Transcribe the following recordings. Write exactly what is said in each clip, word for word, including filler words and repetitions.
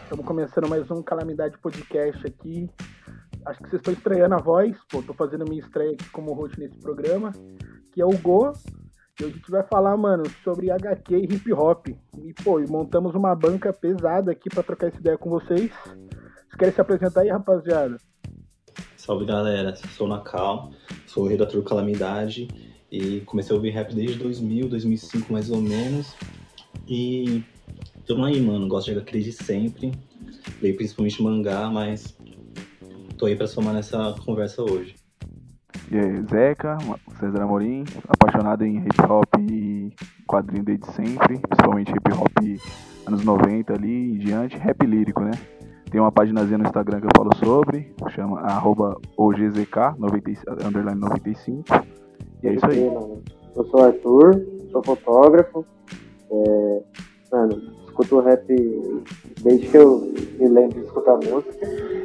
Estamos começando mais um Calamidade Podcast aqui. Acho que vocês estão estreando a voz. Pô, tô fazendo minha estreia aqui como host nesse programa, que é o Go. E hoje a gente vai falar, mano, sobre H Q e hip hop. E, pô, montamos uma banca pesada aqui pra trocar essa ideia com vocês. Vocês querem se apresentar aí, rapaziada? Salve, galera. Sou o Nakal, sou o redator Calamidade e comecei a ouvir rap desde dois mil, dois mil e cinco mais ou menos. E tamo aí, mano. Gosto de H Q desde sempre. Leio principalmente mangá, mas tô aí pra somar nessa conversa hoje. E aí, Zeca, César Amorim, apaixonado em hip hop e quadrinho desde sempre, principalmente hip hop anos noventa ali em diante, rap lírico, né? Tem uma paginazinha no Instagram que eu falo sobre, chama arroba O G Z K underline noventa e cinco. E é isso aí. Eu sou o Arthur, sou fotógrafo, é, mano, escuto rap desde que eu me lembro de escutar música.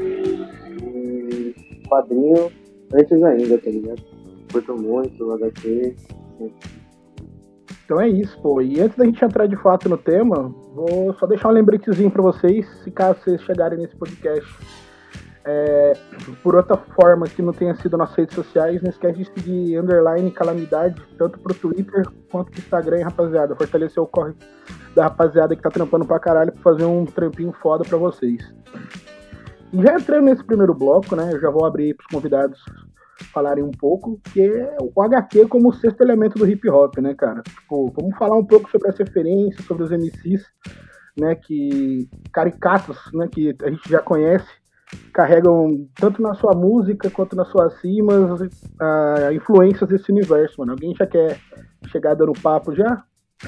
E quadrinho antes ainda, tá ligado? Curto muito o H Q. Sim. Então é isso, pô. E antes da gente entrar de fato no tema, vou só deixar um lembretezinho pra vocês, se caso vocês chegarem nesse podcast é, por outra forma que não tenha sido nas redes sociais, não esquece de seguir underline Calamidade, tanto pro Twitter quanto pro Instagram, hein, rapaziada. Fortalecer o corre da rapaziada que tá trampando pra caralho pra fazer um trampinho foda pra vocês. E já entrando nesse primeiro bloco, né, eu já vou abrir pros convidados falarem um pouco, que é o H Q como o sexto elemento do hip hop, né, cara? Tipo, vamos falar um pouco sobre as referências, sobre os M Cs, né, que caricatos, né, que a gente já conhece, carregam tanto na sua música quanto nas suas rimas, uh, influências desse universo, mano. Alguém já quer chegar dando papo já?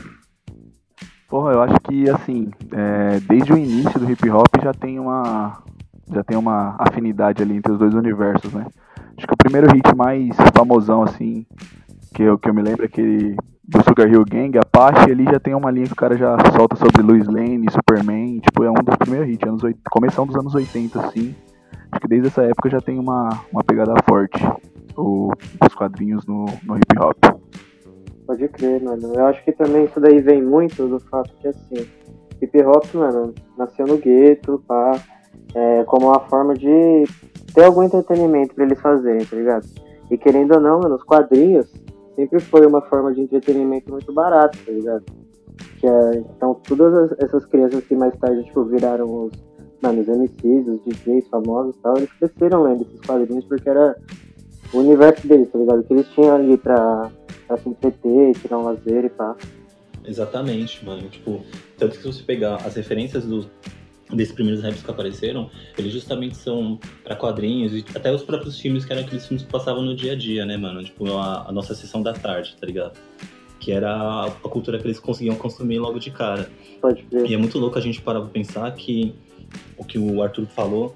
Porra, eu acho que, assim, é, desde o início do hip hop já tem uma já tem uma afinidade ali entre os dois universos, né? Acho que o primeiro hit mais famosão, assim, que eu, que eu me lembro é aquele do Sugar Hill Gang, Apache, ali já tem uma linha que o cara já solta sobre Lois Lane, Superman, tipo, é um dos primeiros hits, anos oitenta, começando dos anos oitenta, assim. Acho que desde essa época já tem uma, uma pegada forte, o, os quadrinhos no, no hip hop. Pode crer, mano. Eu acho que também isso daí vem muito do fato que, assim, hip hop, mano, nasceu no gueto, pá, é, como uma forma de ter algum entretenimento pra eles fazerem, tá ligado? E querendo ou não, mano, os quadrinhos sempre foi uma forma de entretenimento muito barato, tá ligado? Que é, então, todas essas crianças que mais tarde, tipo, viraram os, mano, os M Cs, os D Js famosos e tal, eles cresceram lendo esses quadrinhos porque era o universo deles, tá ligado? Que eles tinham ali pra, pra se entreter, tirar um lazer e pá. Exatamente, mano. Tipo, tanto que se você pegar as referências dos desses primeiros raps que apareceram, eles justamente são pra quadrinhos e até os próprios filmes, que eram aqueles filmes que passavam no dia a dia, né, mano? Tipo, a, a nossa sessão da tarde, tá ligado? Que era a, a cultura que eles conseguiam consumir logo de cara. Pode ver. E é muito louco a gente parar pra pensar que o que o Arthur falou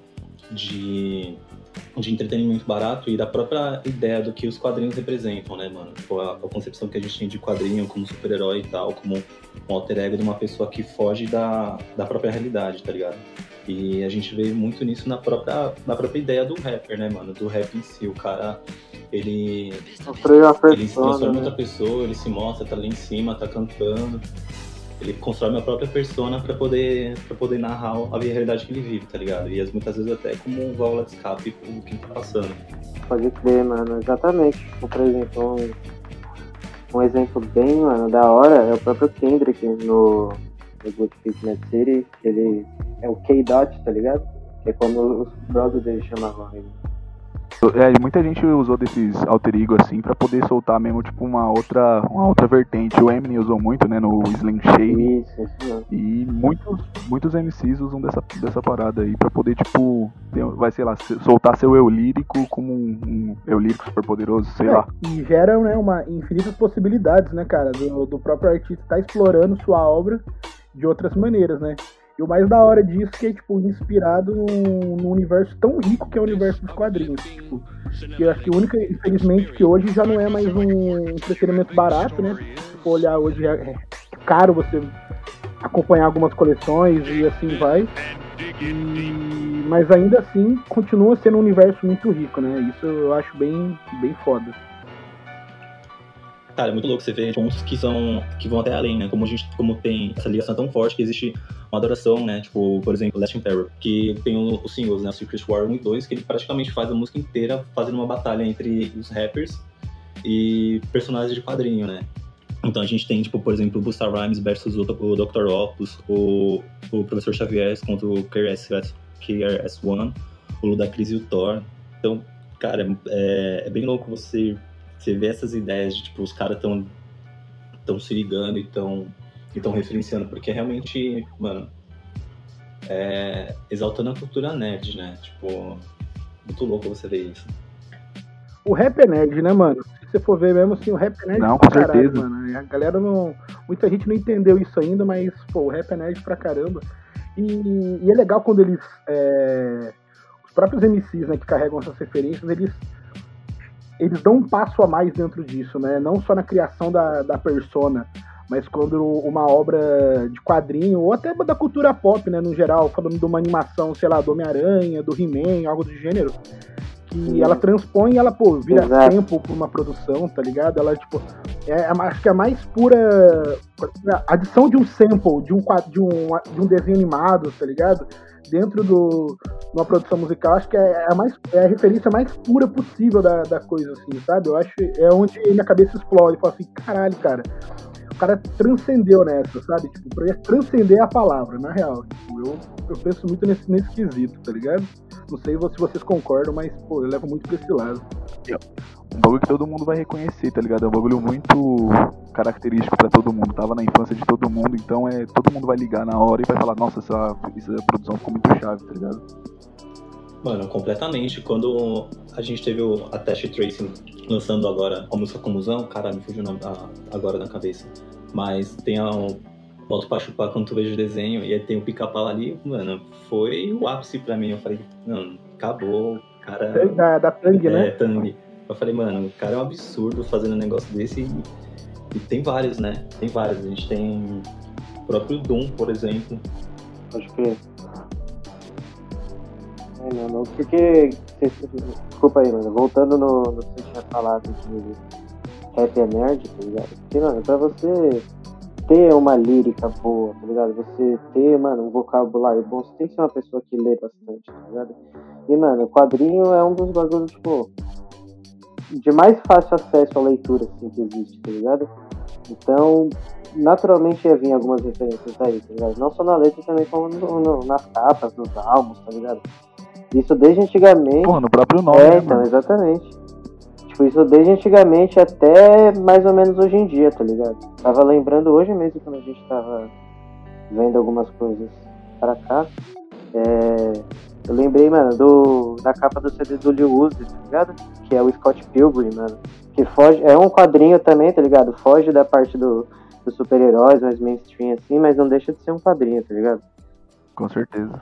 de, de entretenimento barato e da própria ideia do que os quadrinhos representam, né, mano? Tipo, a, a concepção que a gente tem de quadrinho como super-herói e tal, como um alter ego de uma pessoa que foge da, da própria realidade, tá ligado? E a gente vê muito nisso na própria, na própria ideia do rapper, né, mano? Do rap em si. O cara, ele, ele se transforma em outra pessoa, ele se mostra, tá ali em cima, tá cantando. Ele constrói uma própria persona pra poder, pra poder narrar a realidade que ele vive, tá ligado? E muitas vezes até como um válvula de escape pro que tá passando. Pode crer, mano, exatamente. Tipo, por exemplo, um, um exemplo bem, mano, da hora é o próprio Kendrick no, no Good Kid, Mad City. Ele é o K-Dot, tá ligado? Que é como os brothers dele chamavam ele. É, muita gente usou desses alter ego assim pra poder soltar mesmo tipo uma outra, uma outra vertente. O Eminem usou muito, né, no Slim Shady. Isso, isso mesmo. E muitos, muitos M Cs usam dessa, dessa parada aí pra poder, tipo, ter, vai, sei lá, soltar seu eu lírico como um, um eu lírico super poderoso, sei é, lá. E gera, né, uma infinitas possibilidades, né, cara, do, do próprio artista tá explorando sua obra de outras maneiras, né? E o mais da hora disso é que é, tipo, inspirado num, num universo tão rico que é o universo dos quadrinhos. Tipo, que eu acho que o único, infelizmente, que hoje já não é mais um entretenimento barato, né? Se for olhar hoje, é, é caro você acompanhar algumas coleções e assim vai. E, mas ainda assim, continua sendo um universo muito rico, né? Isso eu acho bem, bem foda. cara, é muito louco você ver pontos que são, que vão até além, né? Como a gente, como tem essa ligação tão forte que existe uma adoração, né? Tipo, por exemplo, Last Emperor, que tem os singles, né? O Secret War um e dois, que ele praticamente faz a música inteira fazendo uma batalha entre os rappers e personagens de quadrinho, né? Então a gente tem, tipo, por exemplo, o Busta Rhymes versus o, o doutor Octopus, o, o Professor Xavier contra o K R S One, o Ludacris e o Thor. Então, cara, é, é bem louco você, você ver essas ideias de, tipo, os caras estão tão se ligando e estão e tão referenciando, porque realmente, mano, é, exaltando a cultura nerd, né? Tipo, muito louco você ver isso. O rap é nerd, né, mano? Se você for ver mesmo, assim, o rap é nerd não, pra com caralho, certeza. mano. A galera não... Muita gente não entendeu isso ainda, mas, pô, o rap é nerd pra caramba. E, e é legal quando eles... É... Os próprios M Cs, né, que carregam essas referências, eles... Eles dão um passo a mais dentro disso, né? Não só na criação da, da persona, mas quando uma obra de quadrinho, ou até da cultura pop, né, no geral, falando de uma animação, sei lá, do Homem-Aranha, do He-Man, algo do gênero, que ela transpõe e ela, pô, vira Exato. sample pra uma produção, tá ligado? Ela, tipo, é, acho que é a mais pura a adição de um sample, de um, de um, de um desenho animado, tá ligado? Dentro do, de uma produção musical, acho que é a, mais, é a referência mais pura possível da, da coisa, assim, sabe? Eu acho que é onde minha cabeça explode, eu falo assim, caralho, cara, o cara transcendeu nessa, sabe? Tipo, pra transcender a palavra, na real. Tipo, eu, eu penso muito nesse, nesse quesito, tá ligado? Não sei se vocês concordam, mas, pô, eu levo muito pra esse lado. Um bagulho que todo mundo vai reconhecer, tá ligado? É um bagulho muito característico pra todo mundo. Tava na infância de todo mundo, então é todo mundo vai ligar na hora e vai falar, nossa, essa, essa produção ficou muito chave, tá ligado? Mano, completamente. Quando a gente teve o, a Test Tracing lançando agora a música Comusão, cara, me fugiu na, a, agora na cabeça. Mas tem a um, Volto pra Chupar Quando Tu Vejo o Desenho, e aí tem o Pica-Pau ali, mano, foi o ápice pra mim. Eu falei, não, acabou, cara... Da, da Tang, é, né? Tang. Eu falei, mano, o cara é um absurdo fazendo um negócio desse e, e tem vários, né? Tem vários. A gente tem o próprio Doom, por exemplo. Acho que... É, não, não, porque... Desculpa aí, mano. Voltando no, no que você tinha falado de rap é nerd, tá ligado? Porque, mano, pra você ter uma lírica boa, tá ligado? Você ter, mano, um vocabulário bom, você tem que ser uma pessoa que lê bastante, tá ligado? E, mano, quadrinho é um dos bagulhos, tipo... de mais fácil acesso à leitura, assim, que existe, tá ligado? Então, naturalmente ia vir algumas referências aí, tá ligado? Não só na letra, também como no, no, nas capas, nos álbuns, tá ligado? Isso desde antigamente... Porra, no próprio nome, É, né, então, mano? exatamente. Tipo, isso desde antigamente até mais ou menos hoje em dia, tá ligado? Tava lembrando hoje mesmo, quando a gente tava vendo algumas coisas pra cá, é... eu lembrei, mano, do, da capa do C D do Lil Uzi, tá ligado? Que é o Scott Pilgrim, mano. Que foge, é um quadrinho também, tá ligado? Foge da parte do, dos super-heróis, mais mainstream assim, mas não deixa de ser um quadrinho, tá ligado? Com certeza.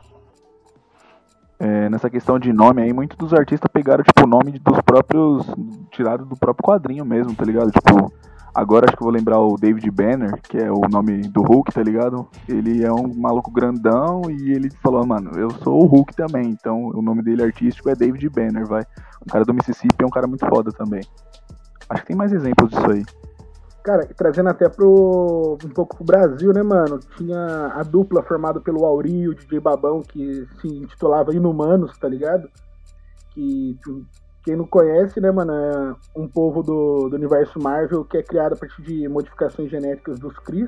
É, nessa questão de nome aí, muitos dos artistas pegaram, tipo, o nome dos próprios... tiraram do próprio quadrinho mesmo, tá ligado? Tipo, agora acho que eu vou lembrar o David Banner, que é o nome do Hulk, tá ligado? Ele é um maluco grandão e ele falou, mano, eu sou o Hulk também, então o nome dele artístico é David Banner, vai. Um cara do Mississippi é um cara muito foda também. Acho que tem mais exemplos disso aí. Cara, trazendo até pro, um pouco pro Brasil, né, mano? Tinha a dupla formada pelo Auri e o D J Babão, que se intitulava Inumanos, tá ligado? Que quem não conhece, né, mano, é um povo do, do universo Marvel que é criado a partir de modificações genéticas dos Kree.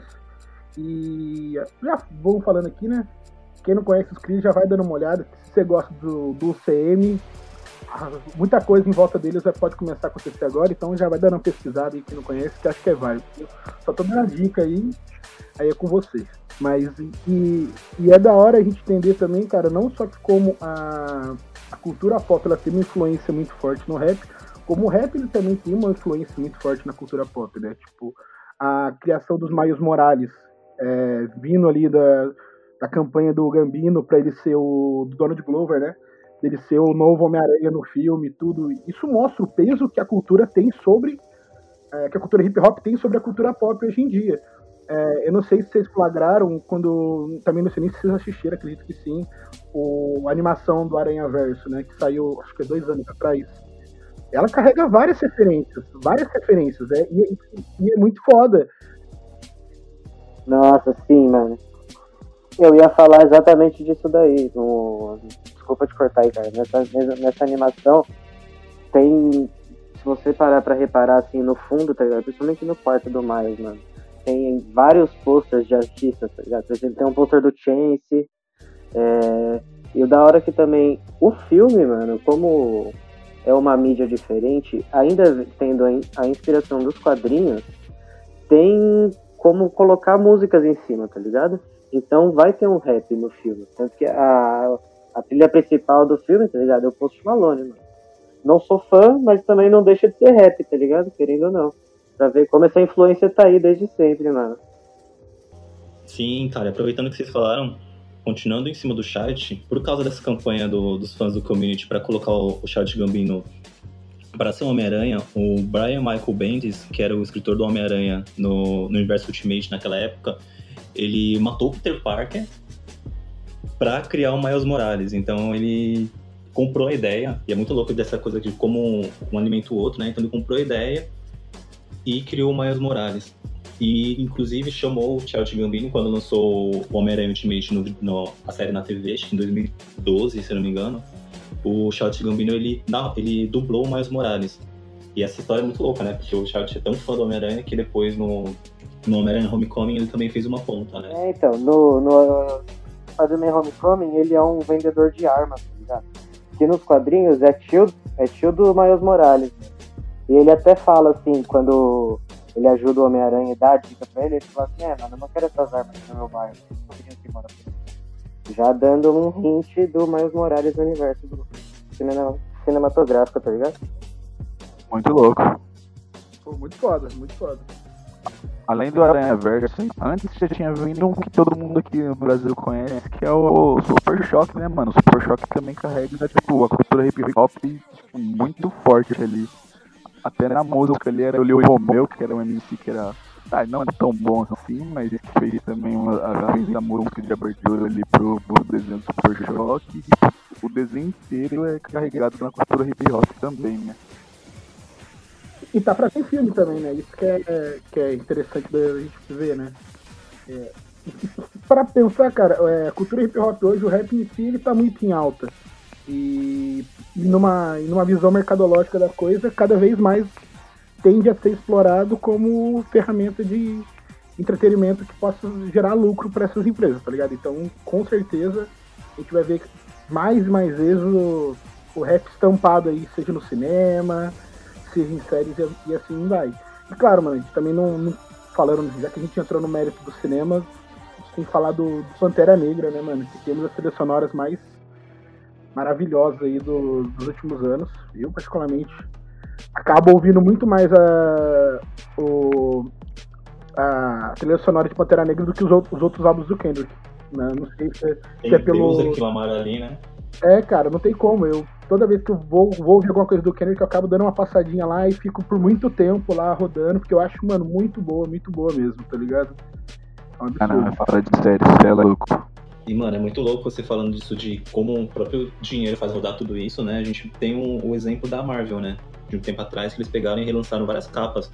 E já vou falando aqui, né? Quem não conhece os Kree já vai dando uma olhada. Se você gosta do, do U C M, muita coisa em volta deles já pode começar a acontecer agora, então já vai dando uma pesquisada aí, quem não conhece, que acho que é válido. Só tô dando a dica aí, aí é com vocês. Mas, e, e é da hora a gente entender também, cara, não só que como a, a cultura pop ela tem uma influência muito forte no rap, como o rap ele também tem uma influência muito forte na cultura pop, né? Tipo, a criação dos Miles Morales, é, vindo ali da, da campanha do Gambino pra ele ser o do Donald Glover, né? Dele ser o novo Homem-Aranha no filme, tudo. Isso mostra o peso que a cultura tem sobre... É, que a cultura hip-hop tem sobre a cultura pop hoje em dia. É, eu não sei se vocês flagraram, quando... Também não sei nem se vocês assistiram, acredito que sim. O, a animação do Aranha Verso, né? Que saiu, acho que é dois anos atrás. ela carrega várias referências, várias referências, é, e, e é muito foda. Nossa, sim, mano. Eu ia falar exatamente disso daí. No... Desculpa te cortar aí, cara. Nessa, nessa animação, tem... Se você parar pra reparar, assim, no fundo, tá ligado? Principalmente no quarto do Miles, mano. Tem vários posters de artistas, tá ligado? Por exemplo, tem um pôster do Chance. É... E o da hora que também... O filme, mano, como é uma mídia diferente, ainda tendo a, in... a inspiração dos quadrinhos, tem como colocar músicas em cima, tá ligado? Então vai ter um rap no filme. Tanto que a, a trilha principal do filme, tá ligado? É o Post Malone, mano. Não sou fã, mas também não deixa de ser rap, tá ligado? Querendo ou não. Pra ver como essa influência tá aí desde sempre, mano. Sim, cara, aproveitando que vocês falaram, continuando em cima do chat, por causa dessa campanha do, dos fãs do community pra colocar o, o Childish Gambino para ser o Homem-Aranha, o Brian Michael Bendis, que era o escritor do Homem-Aranha no, no universo Ultimate naquela época, ele matou o Peter Parker para criar o Miles Morales. Então ele comprou a ideia, e é muito louco dessa coisa de como um alimenta o outro, né? Então ele comprou a ideia e criou o Miles Morales. E inclusive chamou o Childish Gambino quando lançou o Homem-Aranha Ultimate no, no, a série na T V, acho que em dois mil e doze, se eu não me engano. O Childish Gambino, ele, não, ele dublou o Miles Morales. E essa história é muito louca, né? Porque o Childish é tão fã do Homem-Aranha que depois no, no Homem-Aranha Homecoming ele também fez uma ponta, né? É, então, no, no Spider-Man Homecoming ele é um vendedor de armas, tá ligado? Que nos quadrinhos é tio, é tio do Miles Morales. E ele até fala assim, quando ele ajuda o Homem-Aranha e dá a dica pra ele, ele fala assim, é, mano, eu não quero essas armas no meu bairro. Já dando um hint do Miles Morales no universo do cinema, cinematográfico, tá ligado? Muito louco. Pô, muito foda, muito foda. Além do Aranha Verso, antes já tinha vindo um que todo mundo aqui no Brasil conhece, que é o Super Choque, né, mano? O Super Choque também carrega, tipo, a cultura hip hop tipo, muito forte ali. Até na música ali era o Lil Romeu, que era um M C que era... Ah, não é tão bom assim, mas ele fez também uma, a, fez a música de abertura ali pro, pro desenho do Super Choque. E o desenho inteiro é carregado na cultura hip hop também, né? E tá pra ter filme também, né? Isso que é, que é interessante da gente ver, né? É, pra pensar, cara, é, a cultura hip hop hoje, o rap em si, ele tá muito em alta. E, e, numa, e numa visão mercadológica da coisa, cada vez mais tende a ser explorado como ferramenta de entretenimento que possa gerar lucro para essas empresas, tá ligado? Então, com certeza, a gente vai ver mais e mais vezes o, o rap estampado aí, seja no cinema, seja em séries e, e assim vai. E claro, mano, a gente também não, não falando, já que a gente entrou no mérito do cinema, a gente tem que falar do, do Pantera Negra, né, mano? Que temos as trilhas sonoras mais maravilhosas aí do, dos últimos anos. Eu, particularmente, acabo ouvindo muito mais a, o, a trilha sonora de Pantera Negra do que os outros, os outros álbuns do Kendrick. Né? Não sei se, tem se é pelo... Deus aqui, Lamar ali, né? É, cara, não tem como. Eu, toda vez que eu vou, vou ouvir alguma coisa do Kendrick, eu acabo dando uma passadinha lá e fico por muito tempo lá rodando, porque eu acho, mano, muito boa, muito boa mesmo, tá ligado? É um ah, não, fala de série, você é louco. E, mano, é muito louco você falando disso, de como o próprio dinheiro faz rodar tudo isso, né? A gente tem o um, um exemplo da Marvel, né? De um tempo atrás, que eles pegaram e relançaram várias capas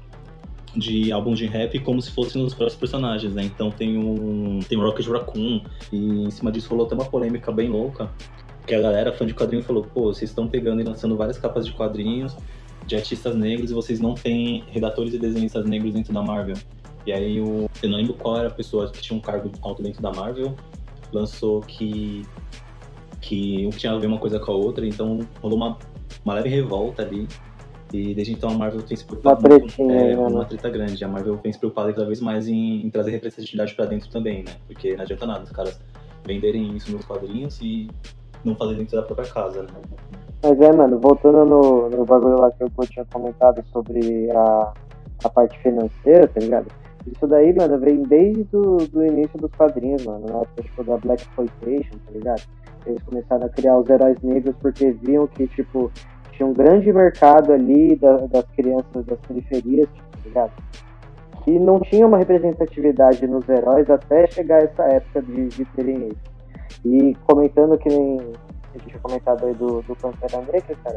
de álbuns de rap como se fossem os próprios personagens, né? Então tem um tem o Rocket Raccoon, e em cima disso rolou até uma polêmica bem louca, que a galera, fã de quadrinho, falou, pô, vocês estão pegando e lançando várias capas de quadrinhos de artistas negros e vocês não têm redatores e desenhistas negros dentro da Marvel. E aí, o, eu não lembro qual era a pessoa que tinha um cargo alto dentro da Marvel, lançou que, que um tinha a ver uma coisa com a outra, então rolou uma, uma leve revolta ali. E desde então a Marvel tem se preocupado uma tretinha, muito, é, né? uma treta grande. A Marvel tem se preocupado cada vez mais em, em trazer representatividade pra dentro também, né? Porque não adianta nada os caras venderem isso nos quadrinhos e não fazer dentro da própria casa, né? Mas é, mano, voltando no, no bagulho lá que eu tinha comentado sobre a, a parte financeira, tá ligado? Isso daí, mano, vem desde do, do início dos quadrinhos, mano, na época, tipo, da Blaxploitation, tá ligado? Eles começaram a criar os heróis negros porque viam que, tipo, tinha um grande mercado ali da, das crianças das periferias, tá ligado? Que não tinha uma representatividade nos heróis até chegar essa época de, de terem eles. E comentando que nem a gente tinha comentado aí do, do Pantera Negra, cara,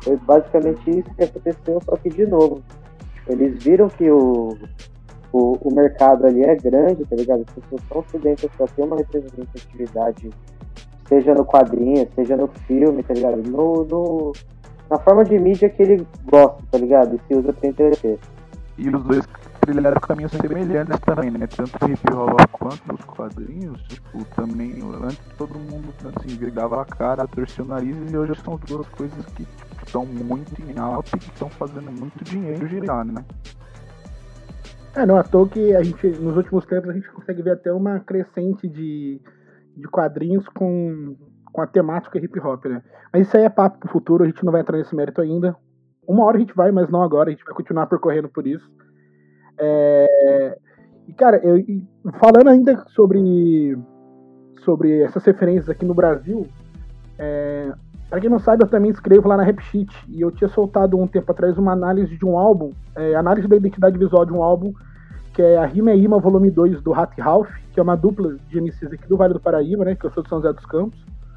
Foi basicamente isso que aconteceu, só que de novo. Eles viram que o, o, o mercado ali é grande, tá ligado? As pessoas estão sedentas pra ter uma representatividade, seja no quadrinho, seja no filme, tá ligado? No, no, na forma de mídia que ele gosta, tá ligado? E se usa pra entreter. E os dois trilharam caminhos semelhantes também, né? Tanto o hip hop quanto os quadrinhos, tipo, também, antes todo mundo, assim, virava a cara, torcia o nariz, e hoje são duas coisas que estão muito em alta e que estão fazendo muito dinheiro girar, né? É, não é à toa que a gente, nos últimos tempos, a gente consegue ver até uma crescente de, de quadrinhos com, com a temática hip hop, né? Mas isso aí é papo pro futuro, a gente não vai entrar nesse mérito ainda. Uma hora a gente vai, mas não agora, a gente vai continuar percorrendo por isso. É, e, cara, eu, falando ainda sobre, sobre essas referências aqui no Brasil, é, pra quem não sabe, eu também escrevo lá na Rap Sheet, e eu tinha soltado um tempo atrás uma análise de um álbum, é, análise da identidade visual de um álbum, que é a Rima é Ima, volume dois, do Rat Ralph, que é uma dupla de M Cs aqui do Vale do Paraíba, né, que eu sou de São José dos Campos.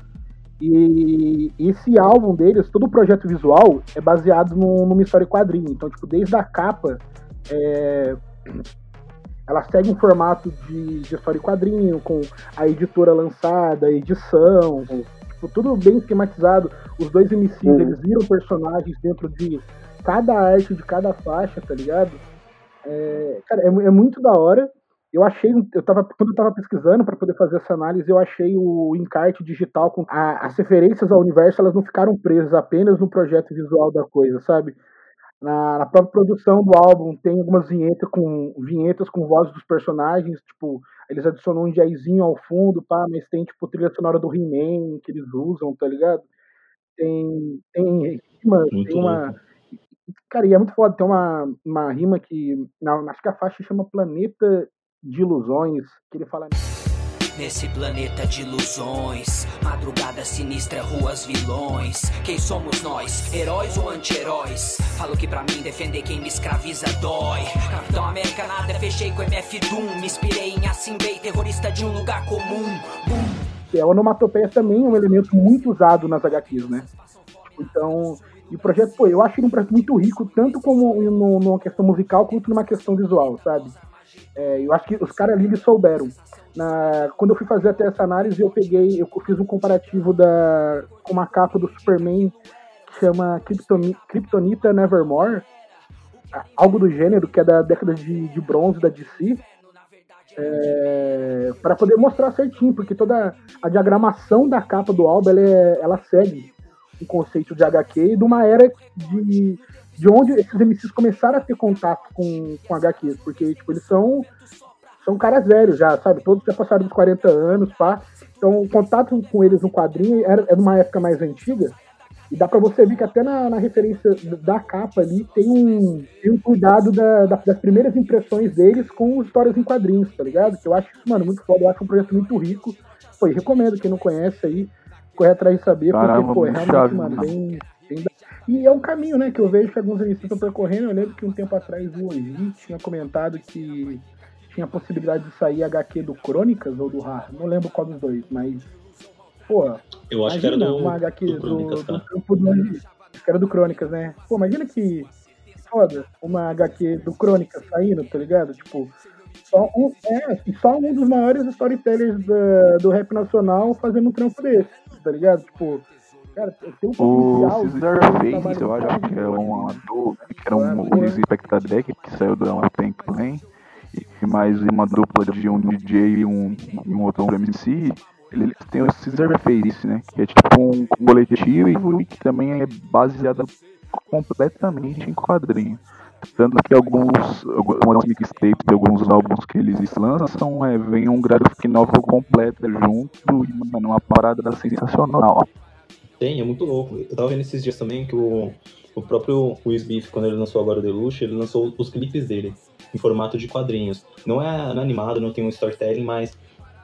E esse álbum deles, todo o projeto visual é baseado no, numa história em quadrinho. Então, tipo, desde a capa, é, ela segue um formato de, de história em quadrinho, com a editora lançada, a edição, com, tipo, tudo bem esquematizado. Os dois M Cs, uhum. eles viram personagens dentro de cada arte, de cada faixa, tá ligado? É, cara, é, é muito da hora. Eu achei, eu tava, quando eu tava pesquisando para poder fazer essa análise, eu achei o encarte digital com a, as referências ao universo, elas não ficaram presas apenas no projeto visual da coisa, sabe? Na, na própria produção do álbum tem algumas vinhetas com vinhetas com vozes dos personagens, tipo, eles adicionam um jazzinho ao fundo, pá, mas tem tipo trilha sonora do He-Man que eles usam, tá ligado? Tem tem rima, Muito tem uma louco. Cara, e é muito foda, tem uma, uma rima que na, acho que a faixa chama Planeta de Ilusões, que ele fala nesse planeta de ilusões, madrugada sinistra, ruas vilões. Quem somos nós, heróis ou anti-heróis? Falo que pra mim defender quem me escraviza dói. Capitão América nada, fechei com M F Doom. Me inspirei em Assim Bey, terrorista de um lugar comum. Boom. Que a onomatopeia também é um elemento muito usado nas H Qs, né? Então, e o projeto, pô, eu acho ele um projeto muito rico, tanto como no, numa questão musical, quanto numa questão visual, sabe? É, eu acho que os caras ali eles souberam. Na, quando eu fui fazer até essa análise, eu peguei, eu fiz um comparativo da, com uma capa do Superman que chama Kryptonita Nevermore, algo do gênero, que é da década de, de bronze da D C, é, para poder mostrar certinho, porque toda a diagramação da capa do álbum ela, é, ela segue o conceito de H Q e de uma era de, de onde esses M Cs começaram a ter contato com, com H Qs, porque tipo, eles são são caras velhos já, sabe? Todos já passaram dos quarenta anos, pá. Então o contato com eles no quadrinho era, é de uma época mais antiga, e dá pra você ver que até na, na referência da capa ali tem um, tem um cuidado da, da, das primeiras impressões deles com histórias em quadrinhos, tá ligado? Que eu acho isso, mano, muito foda, eu acho um projeto muito rico. Pô, e recomendo, quem não conhece aí, correr atrás de saber, Caramba, porque, pô, é realmente, chave, mano, bem, bem... E é um caminho, né, que eu vejo que alguns M Cs estão percorrendo. Eu lembro que um tempo atrás o Oji tinha comentado que tinha a possibilidade de sair H Q do Crônicas ou do Ra, não lembro qual dos dois, mas, pô, eu acho imagina que era do, uma H Q do Crônicas, do, do tá? campo do Oji, que era do Crônicas, né? Pô, imagina que foda, uma H Q do Crônicas saindo, tá ligado? Tipo, só um, é, só um dos maiores storytellers da, do rap nacional fazendo um trampo desse, tá ligado? Tipo, cara, tem um potencial. O Caesar Face, eu acho que é uma do, que era um o Spectra Deck que saiu da Tank também, e mais uma dupla de um D J e um, e um outro M C. Eles têm o Caesar Face, né? Que é tipo um coletivo e que também é baseado completamente em quadrinho. Tanto que alguns, algumas mixtapes e alguns álbuns que eles lançam é, vem um graphic novel completo junto e, mano, uma parada sensacional. Tem, é muito louco. Eu tava vendo esses dias também que o, o próprio Will Smith, quando ele lançou agora o Deluxe, ele lançou os clipes dele em formato de quadrinhos. Não é, não é animado, não tem um storytelling, mas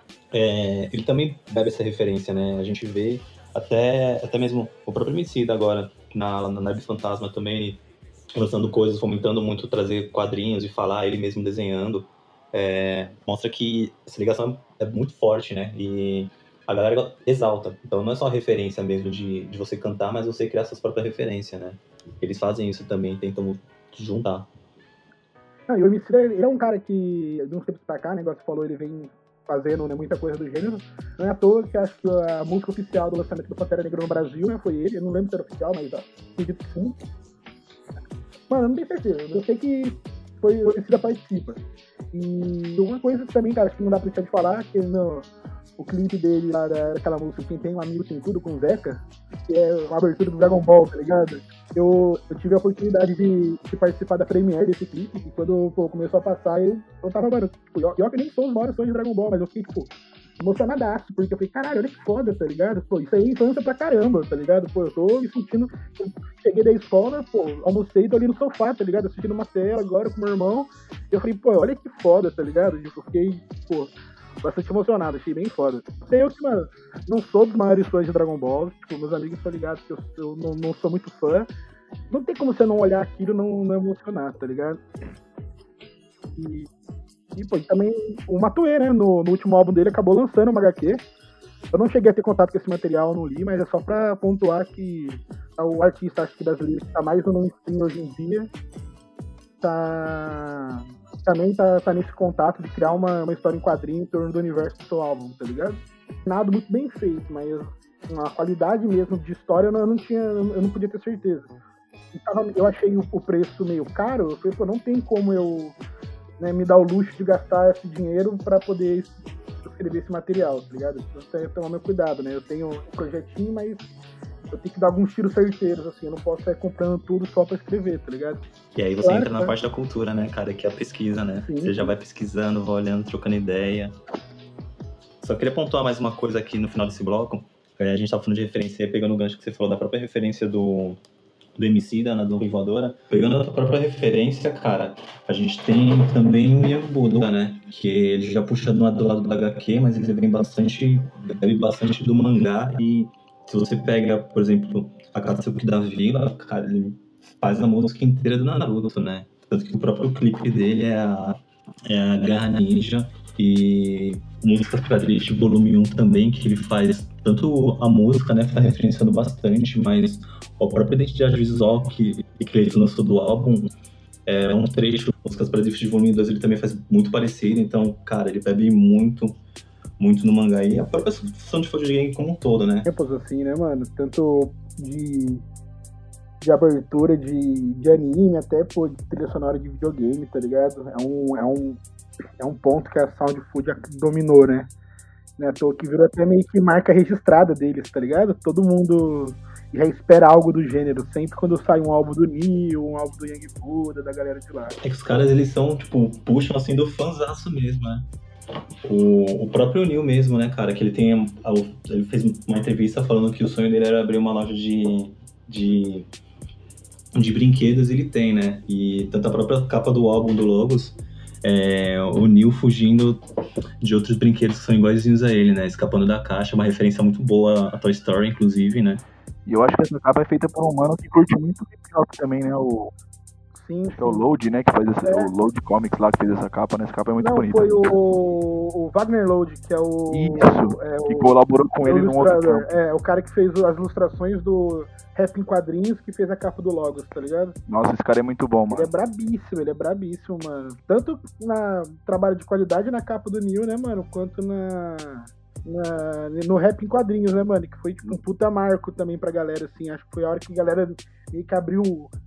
é, ele também bebe essa referência, né? A gente vê até, até mesmo o próprio Emicida agora, na, na Nerd Fantasma também, lançando coisas, fomentando muito trazer quadrinhos e falar, ele mesmo desenhando. É, mostra que essa ligação é muito forte, né? E a galera exalta. Então não é só referência mesmo de, de você cantar, mas você criar suas próprias referências, né? Eles fazem isso também, tentam juntar. Não, e o M C, ele é um cara que, de uns tempos pra cá, né, igual você falou, ele vem fazendo, né, muita coisa do gênero. Não é à toa que acho que a música oficial do lançamento do Pantera Negra no Brasil, né, foi ele. Eu não lembro se era oficial, mas ó, acredito que sim. Mano, eu não tenho certeza. Eu sei que foi o M C da participa. E uma coisa também, cara, que não dá pra deixar de falar, que no, o clipe dele lá daquela música Quem Tem Um Amigo Tem Tudo, com o Zeca, que é uma abertura do Dragon Ball, tá ligado? Eu, eu tive a oportunidade de, de participar da premiere desse clipe, e quando pô, começou a passar, eu, eu tava, mano, tipo, eu, eu que nem sou os maiores fãs de Dragon Ball, mas eu fiquei, tipo, emocionadaço, porque eu falei, caralho, olha que foda, tá ligado? Pô, isso aí é infância pra caramba, tá ligado? Pô, eu tô me sentindo, eu cheguei da escola, pô, almocei, tô ali no sofá, tá ligado? Assistindo uma tela agora com meu irmão, e eu falei, pô, olha que foda, tá ligado? Tipo, eu fiquei, pô, bastante emocionado, achei bem foda. Eu que, mano, não sou dos maiores fãs de Dragon Ball, tipo, meus amigos estão ligados que eu, eu não, não sou muito fã. Não tem como você não olhar aquilo e não, não emocionar, tá ligado? E, e pô, e também o Matuê, né, no, no último álbum dele acabou lançando uma H Q. Eu não cheguei a ter contato com esse material, não li, mas é só pra pontuar que o artista, acho que brasileiro, que tá mais no mainstream hoje em dia, tá... também tá, tá nesse contato de criar uma, uma história em quadrinho em torno do universo do seu álbum, tá ligado? Nada muito bem feito, mas a qualidade mesmo de história eu não, eu não tinha, eu não podia ter certeza. Então, eu achei o, o preço meio caro, eu falei, pô, não tem como eu, né, me dar o luxo de gastar esse dinheiro pra poder escrever esse material, tá ligado? Eu tenho que tomar meu cuidado, né? Eu tenho um projetinho, mas eu tenho que dar alguns tiros certeiros, assim, eu não posso sair comprando tudo só pra escrever, tá ligado? E aí você claro, entra na parte da cultura, né, cara, que é a pesquisa, né? Sim. Você já vai pesquisando, vai olhando, trocando ideia. Só queria pontuar mais uma coisa aqui no final desse bloco. A gente tava falando de referência, pegando o gancho que você falou da própria referência do, do Emicida, né, do Voadora. Pegando a própria referência, cara, a gente tem também o Young Buddha, né? Que ele já puxa do lado do H Q, mas ele vem bastante, bebe bastante do mangá. E se você pega, por exemplo, a Katsuki da Vila, cara, ele faz a música inteira do Naruto, né? Tanto que o próprio clipe dele é a, é a Garra Ninja. E Músicas pra Drift volume um também, que ele faz tanto a música, né, que tá referenciando bastante, mas a própria identidade visual que, que ele lançou do álbum é um trecho, Músicas pra Drift volume dois, ele também faz muito parecido, então, cara, ele bebe muito, muito no mangá e a própria sucessão de videogame como um todo, né? Tempos assim, né, mano? Tanto de, de abertura de, de anime até, pô, de trilha sonora de videogame, tá ligado? É um... É um... É um ponto que a Sound Food dominou, né? né? À toa que virou até meio que marca registrada deles, tá ligado? Todo mundo já espera algo do gênero. Sempre quando sai um álbum do Neo, um álbum do Young Buddha, da galera de lá. É que os caras, eles são, tipo, puxam assim do fãzaço mesmo, né? O, o próprio Neo mesmo, né, cara? Que ele tem... Ele fez uma entrevista falando que o sonho dele era abrir uma loja de... de, de brinquedos, ele tem, né? E tanto a própria capa do álbum do Logos... É, o Neo fugindo de outros brinquedos que são iguaizinhos a ele, né? Escapando da caixa, uma referência muito boa a Toy Story, inclusive, né? E eu acho que essa capa é feita por um mano que curte muito hip hop também, né? O... Sim, sim. É o Load, né? Que faz esse, é. O Load Comics lá que fez essa capa, né? Essa capa é muito Não, bonita. Foi o, o Wagner Load, que é o. Isso, é que o, colaborou com ele no outro campo. É, o cara que fez as ilustrações do Rap em Quadrinhos, que fez a capa do Logos, tá ligado? Nossa, esse cara é muito bom, mano. Ele é brabíssimo, ele é brabíssimo, mano. Tanto na trabalho de qualidade na capa do Neo, né, mano? Quanto na. Na, no Rap em Quadrinhos, né, mano? Que foi tipo um puta marco também pra galera, assim. Acho que foi a hora que a galera meio que abriu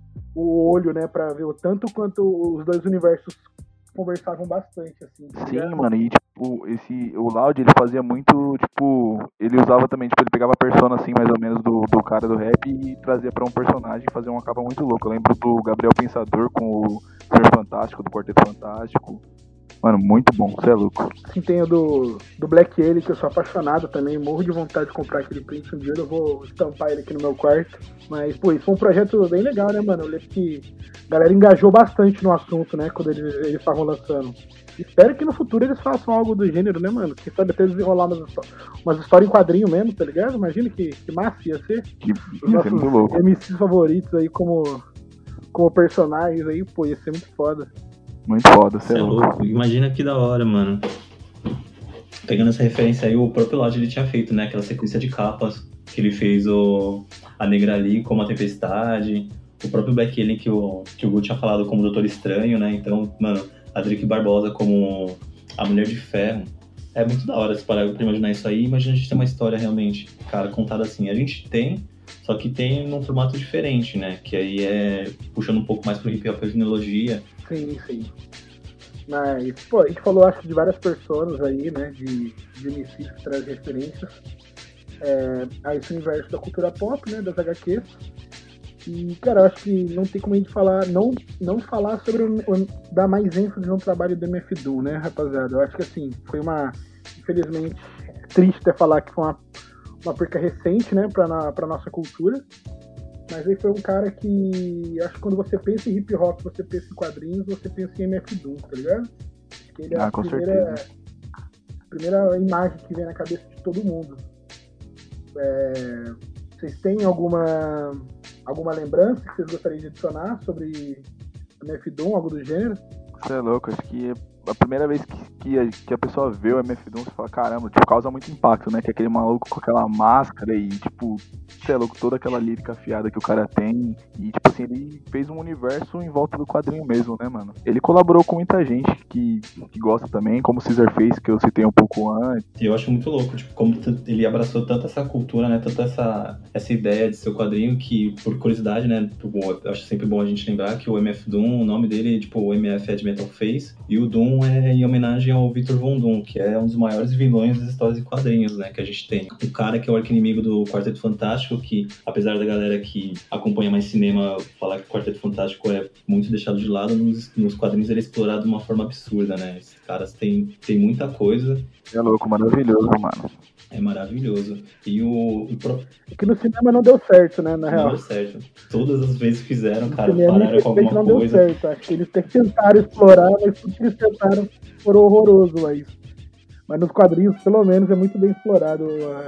o olho, né, pra ver o tanto quanto os dois universos conversavam bastante, assim. Sim, né? Mano, e tipo, esse, o Loud, ele fazia muito, tipo, ele usava também, tipo, ele pegava a persona, assim, mais ou menos, do, do cara do rap e trazia pra um personagem e fazia uma capa muito louca. Eu lembro do Gabriel Pensador com o Senhor Fantástico, do Quarteto Fantástico. Mano, muito bom, você é louco. Sim, tem o do, do Black Alien, que eu sou apaixonado também, morro de vontade de comprar aquele print um dia, eu vou estampar ele aqui no meu quarto. Mas, pô, isso foi um projeto bem legal, né, mano? Eu lembro que a galera engajou bastante no assunto, né, quando eles eles estavam lançando. Espero que no futuro eles façam algo do gênero, né, mano? Quem sabe até desenrolar umas, umas histórias em quadrinho mesmo, tá ligado? Imagina que, que massa ia ser. Que, ia ser muito louco. M Cs favoritos aí como, como personagens aí, pô, ia ser muito foda. Muito foda, você é louco. louco. Imagina que da hora, mano. pegando essa referência aí, o próprio Lodge ele tinha feito, né? Aquela sequência de capas que ele fez o a Negra ali como a Tempestade, o próprio Black Alien que o, que o Gu tinha falado como Doutor Estranho, né? Então, mano, a Drake Barbosa como a Mulher de Ferro. É muito da hora se parar pra imaginar isso aí. Imagina a gente ter uma história realmente, cara, contada assim. A gente tem, só que tem num formato diferente, né? Que aí é puxando um pouco mais pro hip hop e tecnologia. Sim, sim. Mas, pô, a gente falou, acho, de várias personas aí, né? De, de M Cs que trazem referências é, a esse universo da cultura pop, né? Das H Qs. E, cara, eu acho que não tem como a gente falar, não, não falar sobre, o, dar mais ênfase no trabalho do M F Doom, né, rapaziada? Eu acho que, assim, foi uma, infelizmente, triste até falar que foi uma, uma perca recente, né, pra, na, pra nossa cultura. Mas ele foi um cara que, acho que quando você pensa em hip hop, você pensa em quadrinhos, você pensa em M F Doom, tá ligado? Acho que ele é Ah, a com primeira, certeza. primeira imagem que vem na cabeça de todo mundo. É, vocês têm alguma... alguma lembrança que vocês gostariam de adicionar sobre M F Doom, algo do gênero? Você é louco, acho que a primeira vez que, que, a, que a pessoa vê o M F Doom, você fala, caramba, tipo, causa muito impacto, né? Que é aquele maluco com aquela máscara e, tipo, você é louco, toda aquela lírica afiada que o cara tem. E, tipo assim, ele fez um universo em volta do quadrinho mesmo, né, mano? Ele colaborou com muita gente que, que gosta também, como o Caesar fez, que eu citei um pouco antes. E eu acho muito louco, tipo, como t- ele abraçou tanto essa cultura, né, tanto essa, essa ideia de seu quadrinho que, por curiosidade, né, bom, eu acho sempre bom a gente lembrar que o M F Doom, o nome dele, tipo, o M F é de Metal Face, e o Doom é em homenagem ao Victor Von Doom, que é um dos maiores vilões das histórias de quadrinhos, né, que a gente tem. O cara que é o arqui-inimigo do Quarteto Fantástico, que, apesar da galera que acompanha mais cinema falar que o Quarteto Fantástico é muito deixado de lado, nos, nos quadrinhos ele é explorado de uma forma absurda, né, esses caras têm, têm muita coisa. É louco, maravilhoso, mano. É maravilhoso. E o, o pro... É que no cinema não deu certo, né, na não real. deu certo. Todas as vezes que fizeram, No cara, cinema, pararam com infelizmente, alguma não coisa. deu certo. Acho que eles tentaram explorar, mas tudo que eles tentaram foi horroroso, mas... mas nos quadrinhos, pelo menos, é muito bem explorado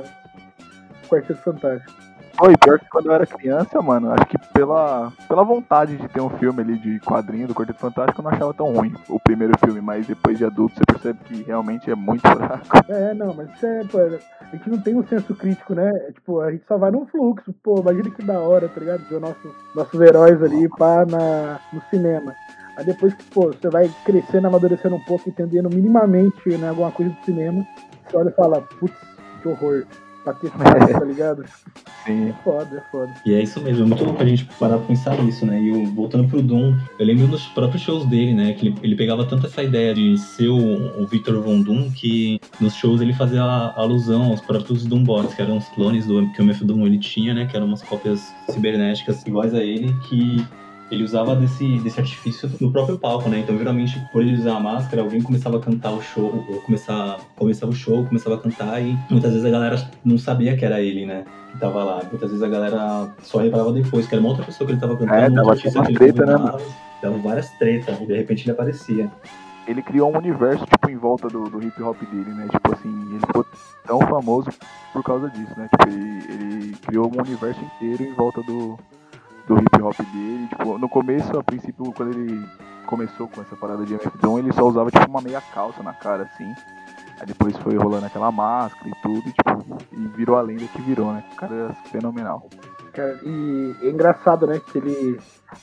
o Quarteto Fantástico. Foi, pior que quando eu era criança, mano, acho que pela, pela vontade de ter um filme ali de quadrinho do Quarteto Fantástico, eu não achava tão ruim o primeiro filme, mas depois de adulto você percebe que realmente é muito fraco. É, não, mas isso é, pô, a gente não tem um senso crítico, né? É, tipo, a gente só vai num fluxo, pô, imagina que da hora, tá ligado? Ver nossos, nossos heróis ali, pá, na, no cinema. Aí depois que, pô, você vai crescendo, amadurecendo um pouco, entendendo minimamente, né, alguma coisa do cinema, você olha e fala, putz, que horror. Paquetado, tá ligado? Sim. É foda, é foda. E é isso mesmo, é muito louco a gente parar pra pensar nisso, né? E eu, voltando pro Doom, eu lembro dos próprios shows dele, né? Que ele, ele pegava tanto essa ideia de ser o, o Victor Von Doom, que nos shows ele fazia a, alusão aos próprios Doombots, que eram os clones do que o M F Doom ele tinha, né? Que eram umas cópias cibernéticas iguais a ele, que ele usava desse, desse artifício no próprio palco, né? Então, geralmente, por ele usar a máscara, alguém começava a cantar o show, ou começava, começava o show, começava a cantar, e muitas vezes a galera não sabia que era ele, né? Que tava lá. Muitas vezes a galera só reparava depois, que era uma outra pessoa que ele tava cantando, É, uma dava outra artista umas que ele treta, né, convidava, dava várias tretas, e de repente ele aparecia. Ele criou um universo, tipo, em volta do, do hip hop dele, né? Tipo assim, ele ficou tão famoso por causa disso, né? Tipo, ele, ele criou um universo inteiro em volta do, do hip hop dele. Tipo, no começo, a princípio, quando ele começou com essa parada de M F Doom, ele só usava, tipo, uma meia calça na cara, assim. Aí depois foi rolando aquela máscara e tudo, e, tipo, e virou a lenda que virou, né? O cara é fenomenal. Cara, e é engraçado, né, que ele...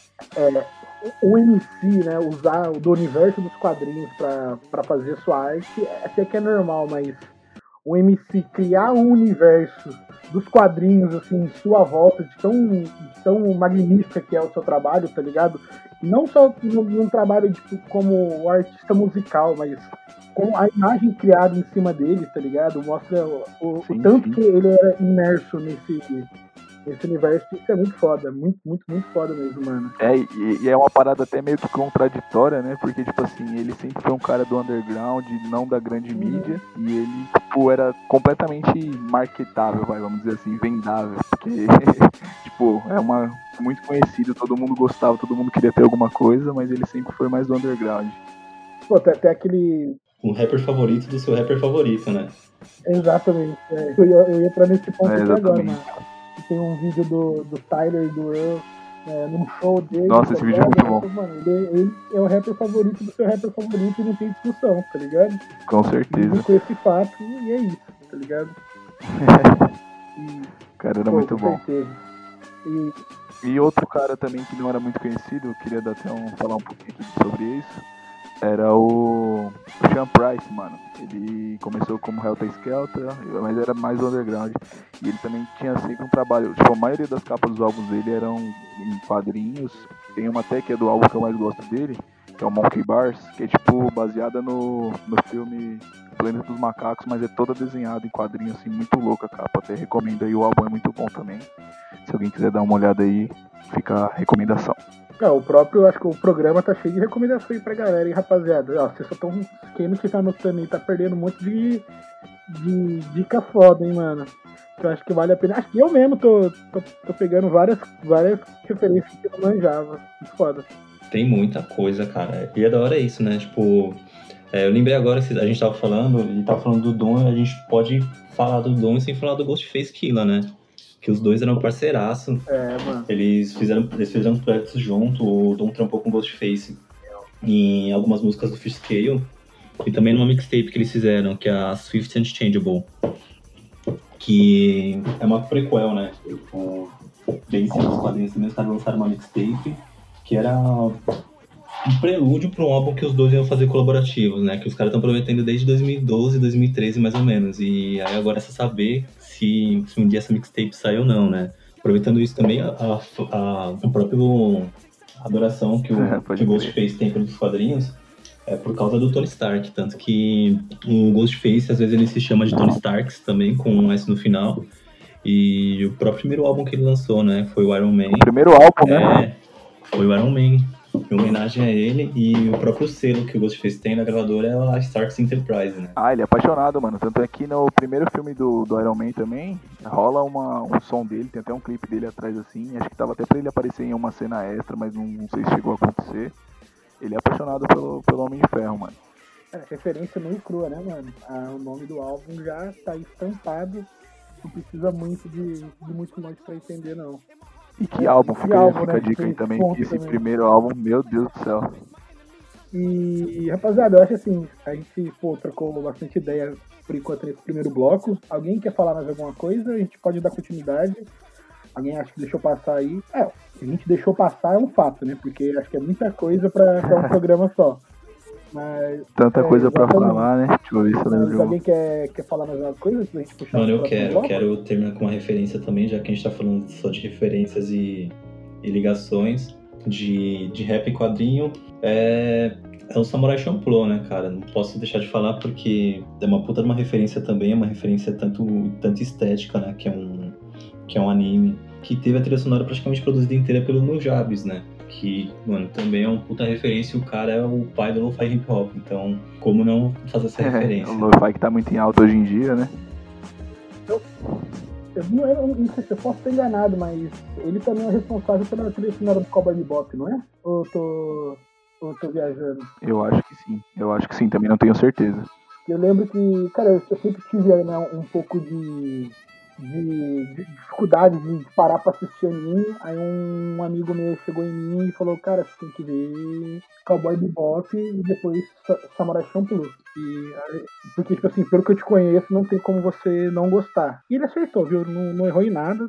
É, o M C, né, usar do universo dos quadrinhos pra, pra fazer sua arte, até que é normal, mas o M C criar um universo dos quadrinhos, assim, em sua volta, de tão, de tão magnífica que é o seu trabalho, tá ligado? Não só num, num trabalho, tipo, como artista musical, mas com a imagem criada em cima dele, tá ligado? Mostra o, o, Sim, o tanto sim. que ele era imerso nesse... Esse universo, isso é muito foda, muito, muito, muito foda mesmo, mano. É, e, e é uma parada até meio que contraditória, né? Porque, tipo assim, ele sempre foi um cara do underground, não da grande Uhum. mídia, e ele, tipo, era completamente marketável, vai, vamos dizer assim, vendável. Porque, tipo, é uma muito conhecido, todo mundo gostava, todo mundo queria ter alguma coisa, mas ele sempre foi mais do underground. Pô, tem até aquele... O rapper favorito do seu rapper favorito, né? Exatamente, é. eu, ia, eu ia entrar nesse ponto É, aqui agora, exatamente. mano. Tem um vídeo do, do Tyler e do Earl é, num show dele. Nossa, esse vídeo é muito bom. Mano, ele, ele é o rapper favorito do seu rapper favorito e não tem discussão, tá ligado? Com certeza. E com esse fato, e é isso, tá ligado? E, cara, era pô, muito com bom. certeza. E, E outro cara também que não era muito conhecido, eu queria dar até um, falar um pouquinho aqui sobre isso, era o Sean Price, mano. Ele começou como Helter Skelter, mas era mais underground. E ele também tinha sempre um trabalho, tipo, a maioria das capas dos álbuns dele eram em quadrinhos. Tem uma até que é do álbum que eu mais gosto dele, que é o Monkey Bars, que é tipo baseada no, no filme Planeta dos Macacos, mas é toda desenhada em quadrinhos, assim, muito louca a capa. Até recomendo aí, o álbum é muito bom também. Se alguém quiser dar uma olhada aí, fica a recomendação. é, o próprio, acho que o programa tá cheio de recomendações aí pra galera, hein, rapaziada. Ó, vocês só tão, quem não estiver anotando aí tá perdendo um monte de, de dica foda, hein, mano. Eu acho que vale a pena. Acho que eu mesmo tô, tô, tô pegando várias, várias referências que eu não manjava. Muito foda. Tem muita coisa, cara. E é da hora isso, né? Tipo, é, eu lembrei agora que a gente tava falando, e tava falando do Dom, a gente pode falar do Dom sem falar do Ghostface Killah, né? Que os dois eram parceiraço. É, mano. Eles fizeram, eles fizeram projetos junto, o Dom trampou com o Ghostface em algumas músicas do Fish Scale, e também numa mixtape que eles fizeram, que é a Swift and Changeable, que é uma prequel, né? Tipo, bem simples, os quadrinhos também, os caras lançaram uma mixtape, que era um prelúdio para um álbum que os dois iam fazer colaborativos, né? Que os caras estão prometendo desde dois mil e doze, dois mil e treze, mais ou menos. E aí agora é só saber se, se um dia essa mixtape sai ou não, né? Aproveitando isso também, a, a, a, a própria adoração que o, É, que pode o Ghostface tem pelos quadrinhos é por causa do Tony Stark. Tanto que o Ghostface, às vezes, ele se chama de Tony Starks também, com um S no final. E o próprio primeiro álbum que ele lançou, né? Foi o Iron Man. O primeiro álbum, né? É, foi o Iron Man, em homenagem a ele, e o próprio selo que o Ghostface tem na gravadora é a Starks Enterprise, né? Ah, ele é apaixonado, mano. Tanto é que no primeiro filme do, do Iron Man também, rola uma, um som dele, tem até um clipe dele atrás assim. Acho que tava até pra ele aparecer em uma cena extra, mas não, não sei se chegou a acontecer. Ele é apaixonado pelo, pelo Homem de Ferro, mano. É, referência nua e crua, né, mano? Ah, o nome do álbum já tá estampado. Não precisa muito de, de muito longe pra entender, não. E que álbum, Que fica, álbum, fica né? a dica aí Esse também, ponto que esse também. primeiro álbum, meu Deus do céu. E, rapaziada, eu acho assim, a gente, pô, trocou bastante ideia por enquanto nesse primeiro bloco. Alguém quer falar mais alguma coisa? A gente pode dar continuidade. Alguém acha que deixou passar aí? É, a gente deixou passar é um fato, né? Porque acho que é muita coisa pra, pra um programa só. Mas, Tanta é, coisa pra exatamente. falar, né? Deixa eu ver se eu lembro Mas de alguém um. quer, quer falar mais alguma coisa? Pra gente puxar Mano, pro eu próximo quero, eu bloco? quero terminar com uma referência também, já que a gente tá falando só de referências e, e ligações de, de rap e quadrinho. É, é o Samurai Champloo, né, cara? Não posso deixar de falar porque é uma puta de uma referência também, é uma referência tanto, tanto estética, né, que é, um, que é um anime, que teve a trilha sonora praticamente produzida inteira pelo Nujabes, né? Que, mano, também é uma puta referência e o cara é o pai do lo-fi hip hop, então como não fazer essa É, referência? o lo-fi que tá muito em alta hoje em dia, né? Eu, não, eu não sei se eu posso estar enganado, mas ele também é responsável pela trilha sonora do Cowboy Bebop, não é? Ou eu tô, ou eu tô viajando? Eu acho que sim, eu acho que sim, também não tenho certeza. Eu lembro que, cara, eu, eu sempre tive né, um pouco de, de, de dificuldade de parar pra assistir anime. Aí um amigo meu chegou em mim e falou, cara, você tem que ver Cowboy Bebop e depois Sa- Samurai Champloo. E, aí- porque, tipo assim, pelo que eu te conheço, não tem como você não gostar. E ele acertou, viu? Não, não errou em nada.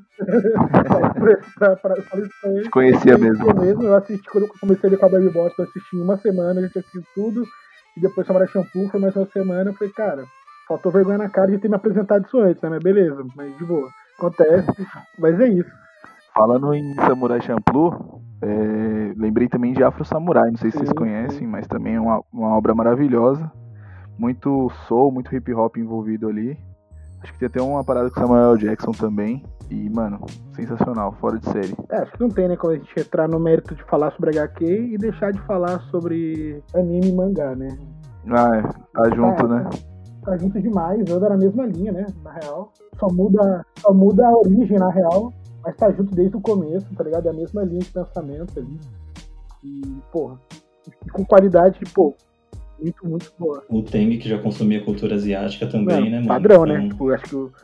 pra, pra, pra, pra Te conhecia mesmo. mesmo. Eu assisti, quando eu comecei a ver Cowboy Bebop, eu assisti em uma semana, eu já tinha assistido tudo. E depois Samurai Champloo foi mais uma semana. Eu falei, cara, faltou vergonha na cara de ter me apresentado isso antes, né? Mas beleza, mas de boa. Acontece, mas é isso. Falando em Samurai Champloo, é, lembrei também de Afro Samurai, não sei se Sim, vocês conhecem, mas também é uma, uma obra maravilhosa. Muito soul, muito hip hop envolvido ali. Acho que tem até uma parada com Samuel Jackson também. E, mano, sensacional, fora de série. É, acho que não tem, né, como a gente entrar no mérito de falar sobre H Q e deixar de falar sobre anime e mangá, né? Ah, é, tá junto, Tá, né? Tá junto demais, anda na mesma linha, né, na real. Só muda, só muda a origem, na real, mas tá junto desde o começo, tá ligado? É a mesma linha de pensamento ali. E, porra, e com qualidade, pô, muito, muito boa. O Teng, que já consumia cultura asiática também, Mano, né, mano? padrão, Então, né? Tipo, acho que o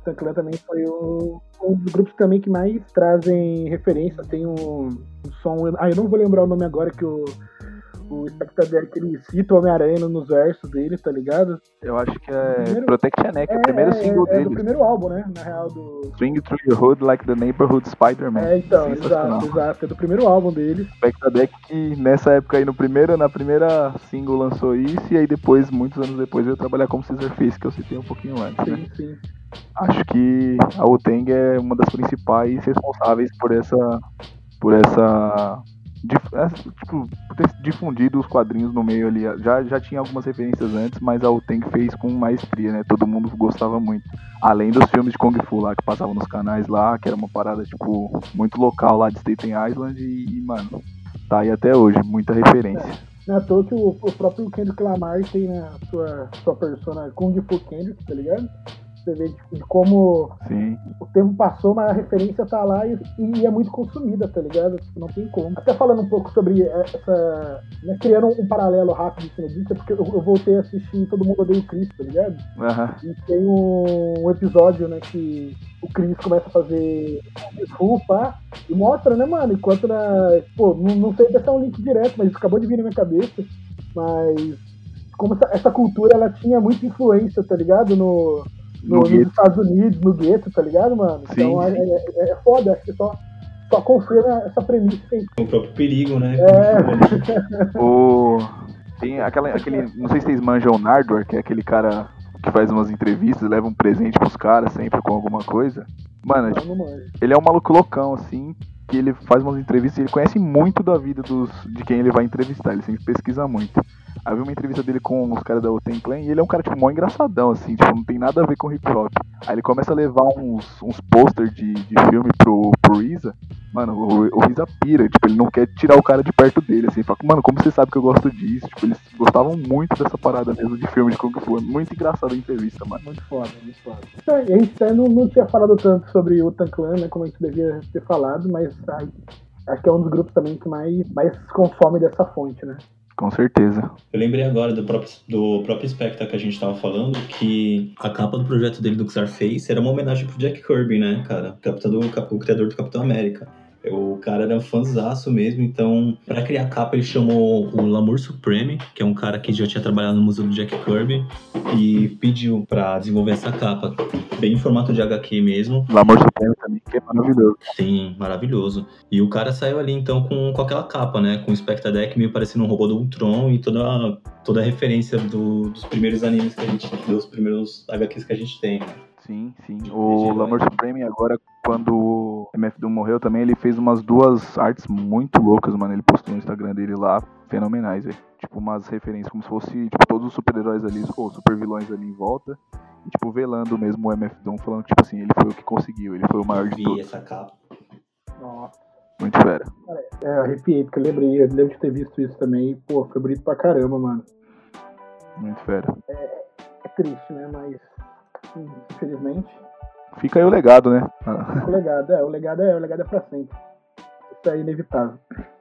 Wu-Tang Clan também foi o, um dos grupos também que mais trazem referências. Tem um, um som... Ah, eu não vou lembrar o nome agora, que o, o Spectador que ele cita o Homem-Aranha nos versos dele, tá ligado? Eu acho que é Primeiro- Protect Your Neck, é É, o primeiro é, single é, é do dele. primeiro álbum, né? Na real, do... Swing Through Your Hood Like the Neighborhood Spider-Man. É, então, Sensacional. exato, exato. É do primeiro álbum dele. Spectadec que nessa época aí, no primeiro, na primeira single lançou isso, e aí depois, muitos anos depois, veio trabalhar como Scissorface, que eu citei um pouquinho antes, né? Sim, sim. Acho que a Wu-Tang é uma das principais responsáveis por essa... por essa... dif- essa, tipo, por ter difundido os quadrinhos no meio ali. Já, já tinha algumas referências antes, mas a Wu-Tang fez com maestria, né? Todo mundo gostava muito. Além dos filmes de Kung Fu lá, que passavam nos canais lá, que era uma parada, tipo, muito local lá de Staten Island e, e, mano, tá aí até hoje, muita referência. Não é à toa que o, o próprio Kendrick Lamar tem na sua, sua persona Kung Fu Kendrick, tá ligado? Você vê tipo, de como Sim, o tempo passou, mas a referência tá lá e, e é muito consumida, tá ligado? Tipo, não tem como. Até falando um pouco sobre essa... Né, criando um paralelo rápido em cima disso, é porque eu, eu voltei a assistir Todo Mundo Odeia o Chris, tá ligado? aham, E tem um, um episódio, né, que o Chris começa a fazer Kung Fu, pá, e mostra, né, mano, enquanto na... Pô, não, não sei se é um link direto, mas isso acabou de vir na minha cabeça, mas como essa, essa cultura, ela tinha muita influência, tá ligado? No, no, No nos gueto. Estados Unidos, no gueto, tá ligado, mano? Sim, Então é, sim. é, é foda, acho que só, só confirma essa premissa que O próprio perigo, né? É. O... Tem aquela, aquele, não sei se vocês manjam o Nardwar, que é aquele cara que faz umas entrevistas, leva um presente pros caras sempre com alguma coisa. Mano, Não, não manjo. ele é um maluco loucão, assim, que ele faz umas entrevistas e ele conhece muito da vida dos, de quem ele vai entrevistar, ele sempre pesquisa muito. Aí eu vi uma entrevista dele com os caras da Wu-Tang Clan e ele é um cara, tipo, mó engraçadão, assim, tipo, não tem nada a ver com hip hop. Aí ele começa a levar uns, uns posters de, de filme pro, pro Reza. Mano, o, o Reza pira, tipo, ele não quer tirar o cara de perto dele, assim, fala, mano, como você sabe que eu gosto disso? Tipo, eles gostavam muito dessa parada mesmo de filme de Kung Fu. É muito engraçado a entrevista, mano. Muito foda, muito foda. Então, a gente até não, não tinha falado tanto sobre o Wu-Tang Clan, né, como a gente devia ter falado, mas ai, acho que é um dos grupos também que mais, mais consome dessa fonte, né? Com certeza. Eu lembrei agora do próprio, do próprio Spectre que a gente tava falando, que a capa do projeto dele do Scarface era uma homenagem pro Jack Kirby, né, cara? O, capitão do, o criador do Capitão América. O cara era um fãzaço mesmo, então, pra criar a capa, ele chamou o Lamour Supreme, que é um cara que já tinha trabalhado no museu do Jack Kirby, e pediu pra desenvolver essa capa, bem em formato de H Q mesmo. Lamour Supremo também, que é maravilhoso. Sim, maravilhoso. E o cara saiu ali, então, com, com aquela capa, né? Com o Spectre Deck meio parecendo um robô do Ultron e toda, a- toda a referência do- dos primeiros animes que a gente... dos primeiros H Qs que a gente tem, né? Sim, sim. O Lamour Supreme agora, quando o M F Doom morreu também, ele fez umas duas artes muito loucas, mano. Ele postou no Instagram dele lá, fenomenais, velho. Tipo, umas referências, como se fosse, tipo, todos os super-heróis ali, ou super-vilões ali em volta. E, tipo, velando mesmo o M F Doom, falando que, tipo assim, ele foi o que conseguiu, ele foi o maior de Vi todos. essa capa. Nossa. Muito fera. É, eu arrepiei, porque eu lembrei, eu lembro de ter visto isso também, e, pô, foi bonito pra caramba, mano. Muito fera. É triste, né, mas, hum, infelizmente, Fica aí o legado, né? o legado, é, o legado é, o legado é pra sempre. Isso é inevitável.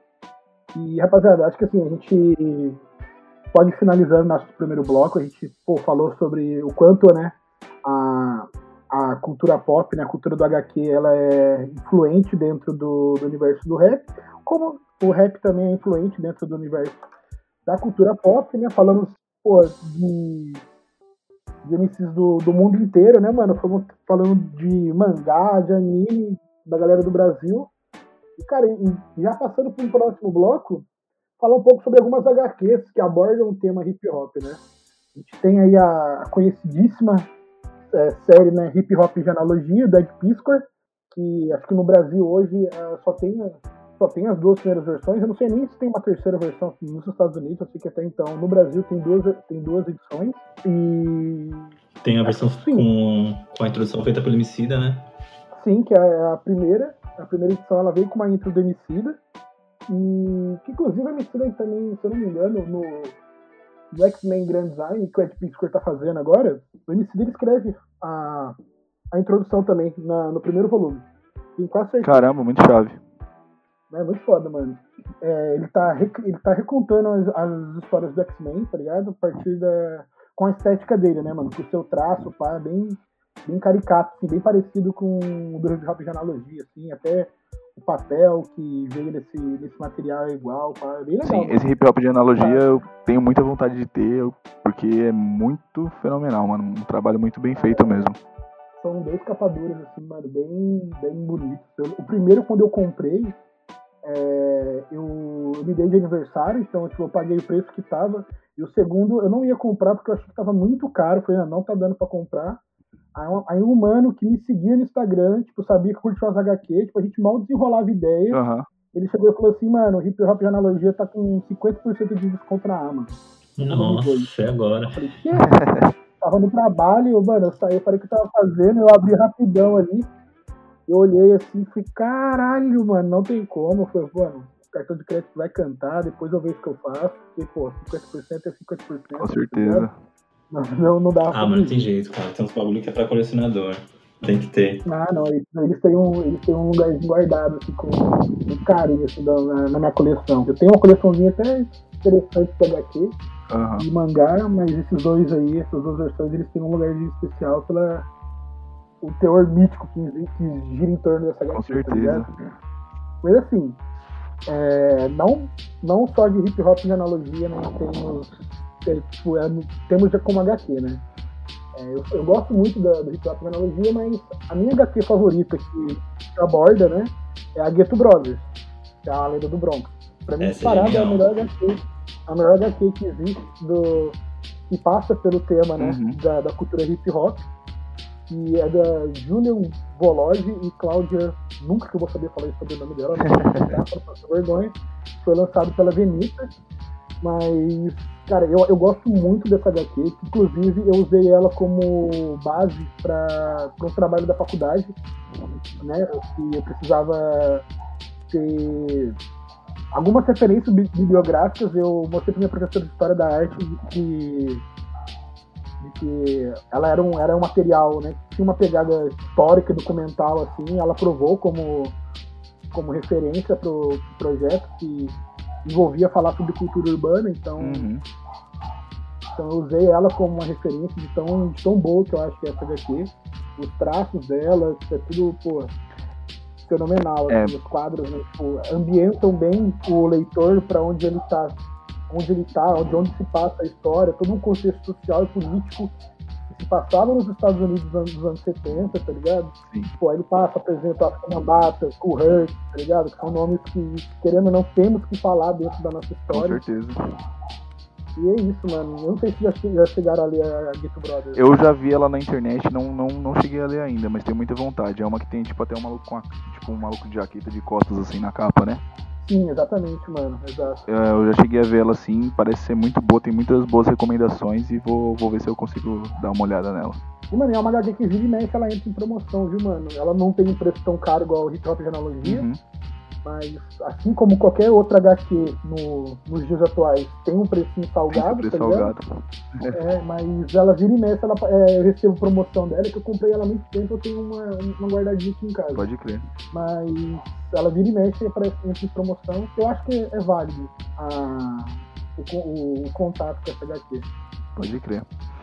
E, rapaziada, acho que assim, a gente pode finalizar o nosso primeiro bloco, a gente, pô, falou sobre o quanto, né, a, a cultura pop, né, a cultura do H Q, ela é influente dentro do, do universo do rap, como o rap também é influente dentro do universo da cultura pop, né, falamos, pô, de, de M Cs do, do mundo inteiro, né, mano, fomos falando de mangá, de anime, da galera do Brasil, e, cara, e já passando para o próximo bloco, falar um pouco sobre algumas H Qs que abordam o tema hip hop, né, a gente tem aí a conhecidíssima É, série, né, Hip Hop Genealogia, do Ed Piscor, que acho que no Brasil hoje é, só, tem, só tem as duas primeiras versões. Eu não sei nem se tem uma terceira versão nos Estados Unidos, eu sei que até então no Brasil tem duas, tem duas edições. E Tem a versão Sim. com, com a introdução feita pelo Emicida, né? sim, que é a primeira. A primeira edição ela veio com uma intro do Emicida. E que inclusive o Emicida também, se eu não me engano, no, no X-Men Grand Design, que o Ed Piscor tá fazendo agora, o Emicida ele escreve a, a introdução também na, no primeiro volume. Tem quase certeza. Caramba, muito chave. É muito foda, mano. É, ele, tá, rec- ele tá recontando as, as histórias do X-Men, tá ligado? A partir da. Com a estética dele, né, mano? Com o seu traço, pá, bem, bem caricato, assim, bem parecido com o do hip hop de analogia, assim, até o papel que veio nesse, nesse material é igual, é bem legal. Sim, mano. esse hip hop de analogia eu tenho muita vontade de ter, porque é muito fenomenal, mano, um trabalho muito bem feito mesmo. São dois capaduras, assim, mano, bem, bem bonitos. Eu, o primeiro, quando eu comprei, é, eu, eu me dei de aniversário, então tipo, eu paguei o preço que tava. E o segundo, eu não ia comprar porque eu achei que tava muito caro. Eu falei, não, não tá dando pra comprar. Aí, aí um mano que me seguia no Instagram, tipo, sabia que curtia as agá quê, tipo, a gente mal desenrolava ideia. Uhum. Ele chegou e falou assim, mano, o Hip Hop de Analogia tá com cinquenta por cento de desconto na Amazon. Nossa, é agora. Eu falei, quê? Tava no trabalho, eu, mano, eu saí, eu falei o que eu tava fazendo, eu abri rapidão ali. Eu olhei assim e falei, caralho, mano, não tem como. Eu falei, mano, o cartão de crédito vai cantar, depois eu vejo o que eu faço. Porque, pô, cinquenta por cento é cinquenta por cento. Com certeza. Tá, não, não, não dá pra Ah, mano, dizer. tem jeito, cara. Tem uns bagulho que é pra colecionador. Tem que ter. Ah, não, eles, eles, têm um, eles têm um lugarzinho guardado, assim, com um carinho, assim, na, na minha coleção. Eu tenho uma coleçãozinha até interessante de agá quê Uhum. e mangá, mas esses dois aí, essas duas versões, eles têm um lugarzinho especial pela o teor mítico que, que gira em torno dessa agá quê. Com tá certeza. ligado? Mas assim, é, não, não só de hip hop de analogia, nós temos, é, tipo, é, temos já como agá quê, né? É, eu, eu gosto muito da, do hip hop de analogia, mas a minha agá quê favorita que, que aborda, né, é a Ghetto Brothers, que é a Lenda do Bronx. Pra mim, Essa é disparada, é a genial. melhor agá quê, a melhor agá quê que existe, do, que passa pelo tema, né, Uhum. da, da cultura hip hop, que é da Julian Vologe e Cláudia, nunca que eu vou saber falar isso sobre o nome dela, não vou passar vergonha. Foi lançado pela Venita, mas, cara, eu, eu gosto muito dessa agá quê, que, inclusive eu usei ela como base para um trabalho da faculdade, né, que eu precisava ter algumas referências bi- bibliográficas. Eu mostrei para minha professora de História da Arte de que de que ela era um, era um material, né, que tinha uma pegada histórica, documental, assim. Ela provou como, como referência para o pro projeto, que envolvia falar sobre cultura urbana, então, Uhum. então eu usei ela como uma referência de tão, de tão boa que eu acho que é essa agá quê. Os traços dela, é tudo, pô, fenomenal, assim, os quadros, né, tipo, ambientam bem o leitor para onde ele tá, onde ele tá, onde, onde se passa a história, todo um contexto social e político que se passava nos Estados Unidos dos anos, dos anos setenta, tá ligado? Sim. Pô, aí ele passa, apresenta a Famabata, Kool Herc, tá ligado? Que são nomes que, querendo ou não, temos que falar dentro da nossa Com história. certeza. E é isso, mano. Eu não sei se já, che- já chegaram ali a Ghetto Brothers. Eu já vi ela na internet, não, não, não cheguei a ler ainda, mas tenho muita vontade. É uma que tem, tipo, até um maluco com a, tipo, um maluco de jaqueta de costas, assim, na capa, né? Sim, exatamente, mano. Exato. É, eu já cheguei a ver ela, assim, parece ser muito boa, tem muitas boas recomendações e vou, vou ver se eu consigo dar uma olhada nela. E, mano, é uma agá quê que vira e mexe, ela entra em promoção, viu, mano? Ela não tem um preço tão caro igual o Hip Hop de Analogia, Uhum. mas assim como qualquer outra agá quê no, nos dias atuais tem um precinho salgado, Preço tá ligado? salgado. É, mas ela vira e mexe, ela, é, eu recebo promoção dela, que eu comprei ela há muito tempo, eu tenho uma, uma guardadinha aqui em casa. Pode crer. Mas ela vira e mexe e aparece entre em promoção, que eu acho que é, é válido a, o, con- o, o contato com essa agá quê. Pode crer.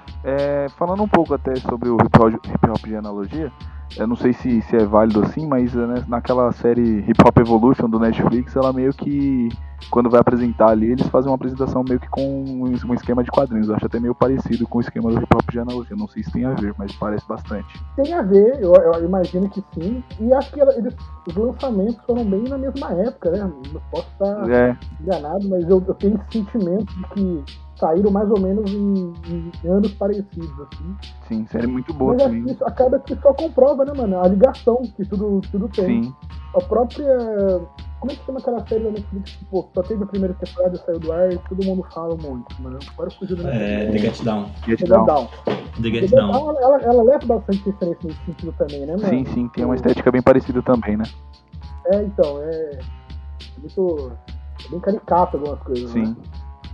É, falando um pouco até sobre o hip hop, hip hop de analogia, eu não sei se, se é válido assim, mas né, naquela série Hip Hop Evolution do Netflix, ela meio que, quando vai apresentar ali, eles fazem uma apresentação meio que com um, um esquema de quadrinhos. Eu acho até meio parecido com o esquema do hip hop de analogia. Não sei se tem a ver, mas parece bastante. Tem a ver, eu, eu imagino que sim, e acho que ela- eles, os lançamentos foram bem na mesma época, né? Não posso estar É, enganado, mas eu, eu tenho esse sentimento de que saíram mais ou menos em, em anos parecidos, assim. sim, série muito boa Mas acho que também. isso acaba que só comprova, né, mano? A ligação que tudo, tudo tem. Sim, A própria. Como é que chama aquela série da Netflix que, pô, só teve a primeira temporada, saiu do ar e todo mundo fala um monte, mano. Agora fugiu da minha É, The Get Down. Get The Down. Down. The The Get Get Down. Down, ela, ela leva bastante referência nesse sentido também, né, mano? Sim, sim, tem uma estética bem parecida também, né? É, então, é. Muito. É bem caricato algumas coisas, né? Sim.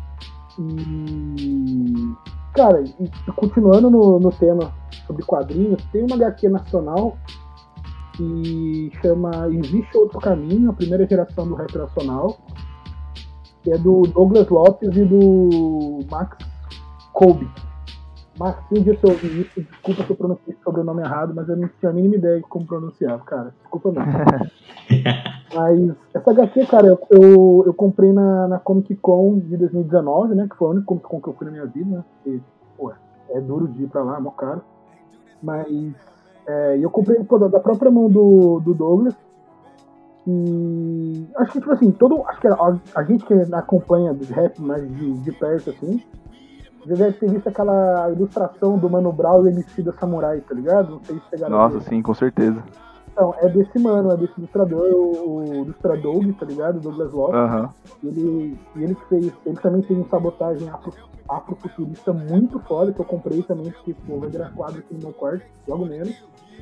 E. Cara, e continuando no, no tema sobre quadrinhos, tem uma agá quê nacional que chama Existe Outro Caminho, a primeira geração do rap nacional, que é do Douglas Lopes e do Max Kolbe. Marcinho, dia se eu ouvi isso, desculpa se eu pronunciei o sobrenome errado, mas eu não tinha a mínima ideia de como pronunciar, cara. Desculpa mesmo. Mas essa agá quê, cara, eu, eu, eu comprei na, na Comic Con de dois mil e dezenove, né? Que foi a única Comic Con que eu fui na minha vida, né? Porque, pô, é duro de ir pra lá, é mó caro. Mas é, eu comprei pô, da própria mão do, do Douglas. E acho que, tipo assim, todo, acho que a, a gente que acompanha do rap mais de, de perto, assim, já deve ter visto aquela ilustração do Mano Brown e o M C da Samurai, tá ligado? Não sei se pegaram. Nossa, sim, com certeza. Então, é desse mano, é desse ilustrador, o, o ilustrador, tá ligado? Douglas Lopes. Aham. E ele, e ele que fez, ele também tem um Sabotagem afro, afrofuturista muito foda, que eu comprei também, porque pô, vai virar quadro aqui no meu quarto, logo menos.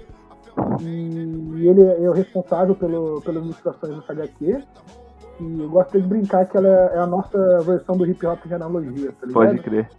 E ele é o responsável pelo, pelas ilustrações dessa agá quê. E eu gosto de brincar que ela é a nossa versão do hip hop de analogia, tá ligado? Pode crer.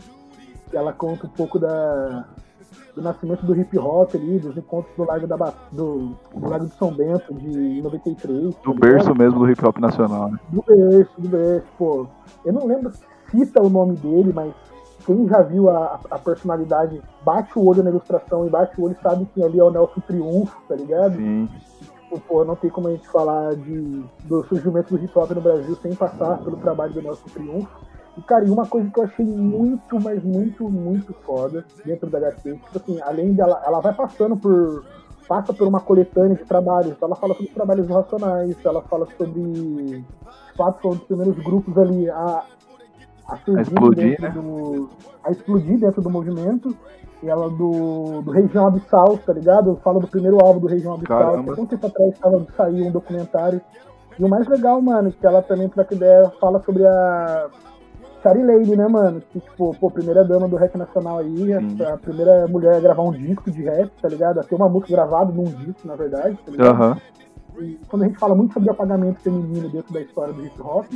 Ela conta um pouco da, do nascimento do hip hop ali, dos encontros do Lago, da, do, do Lago de São Bento de noventa e três. Do tá berço ligado? mesmo do hip hop nacional, né? Do berço, do berço, pô. Eu não lembro se cita o nome dele, mas quem já viu a, a personalidade bate o olho na ilustração e bate o olho sabe que ali é o Nelson Triunfo, tá ligado? Sim. Tipo, pô, não tem como a gente falar de, do surgimento do hip hop no Brasil sem passar pelo trabalho do Nelson Triunfo. E, cara, e uma coisa que eu achei muito, mas muito, muito foda dentro da agá quê, tipo assim, além dela, ela vai passando por, passa por uma coletânea de trabalhos, ela fala sobre os trabalhos racionais, ela fala sobre, de fato, foram os primeiros grupos ali a, a surgir A explodir, dentro né? do, a explodir dentro do movimento, e ela do, do Região Abissal, tá ligado? Fala do primeiro álbum do Região Abissal, Caramba. que há um tempo atrás estava de sair um documentário. E o mais legal, mano, que ela também, pra que ideia, fala sobre a Shari Lady, né, mano? Que, tipo, pô, primeira dama do rap nacional aí, a, a primeira mulher a gravar um disco de rap, tá ligado? A ter uma música gravada num disco, na verdade, tá ligado? Aham. E quando a gente fala muito sobre apagamento feminino dentro da história do hip hop,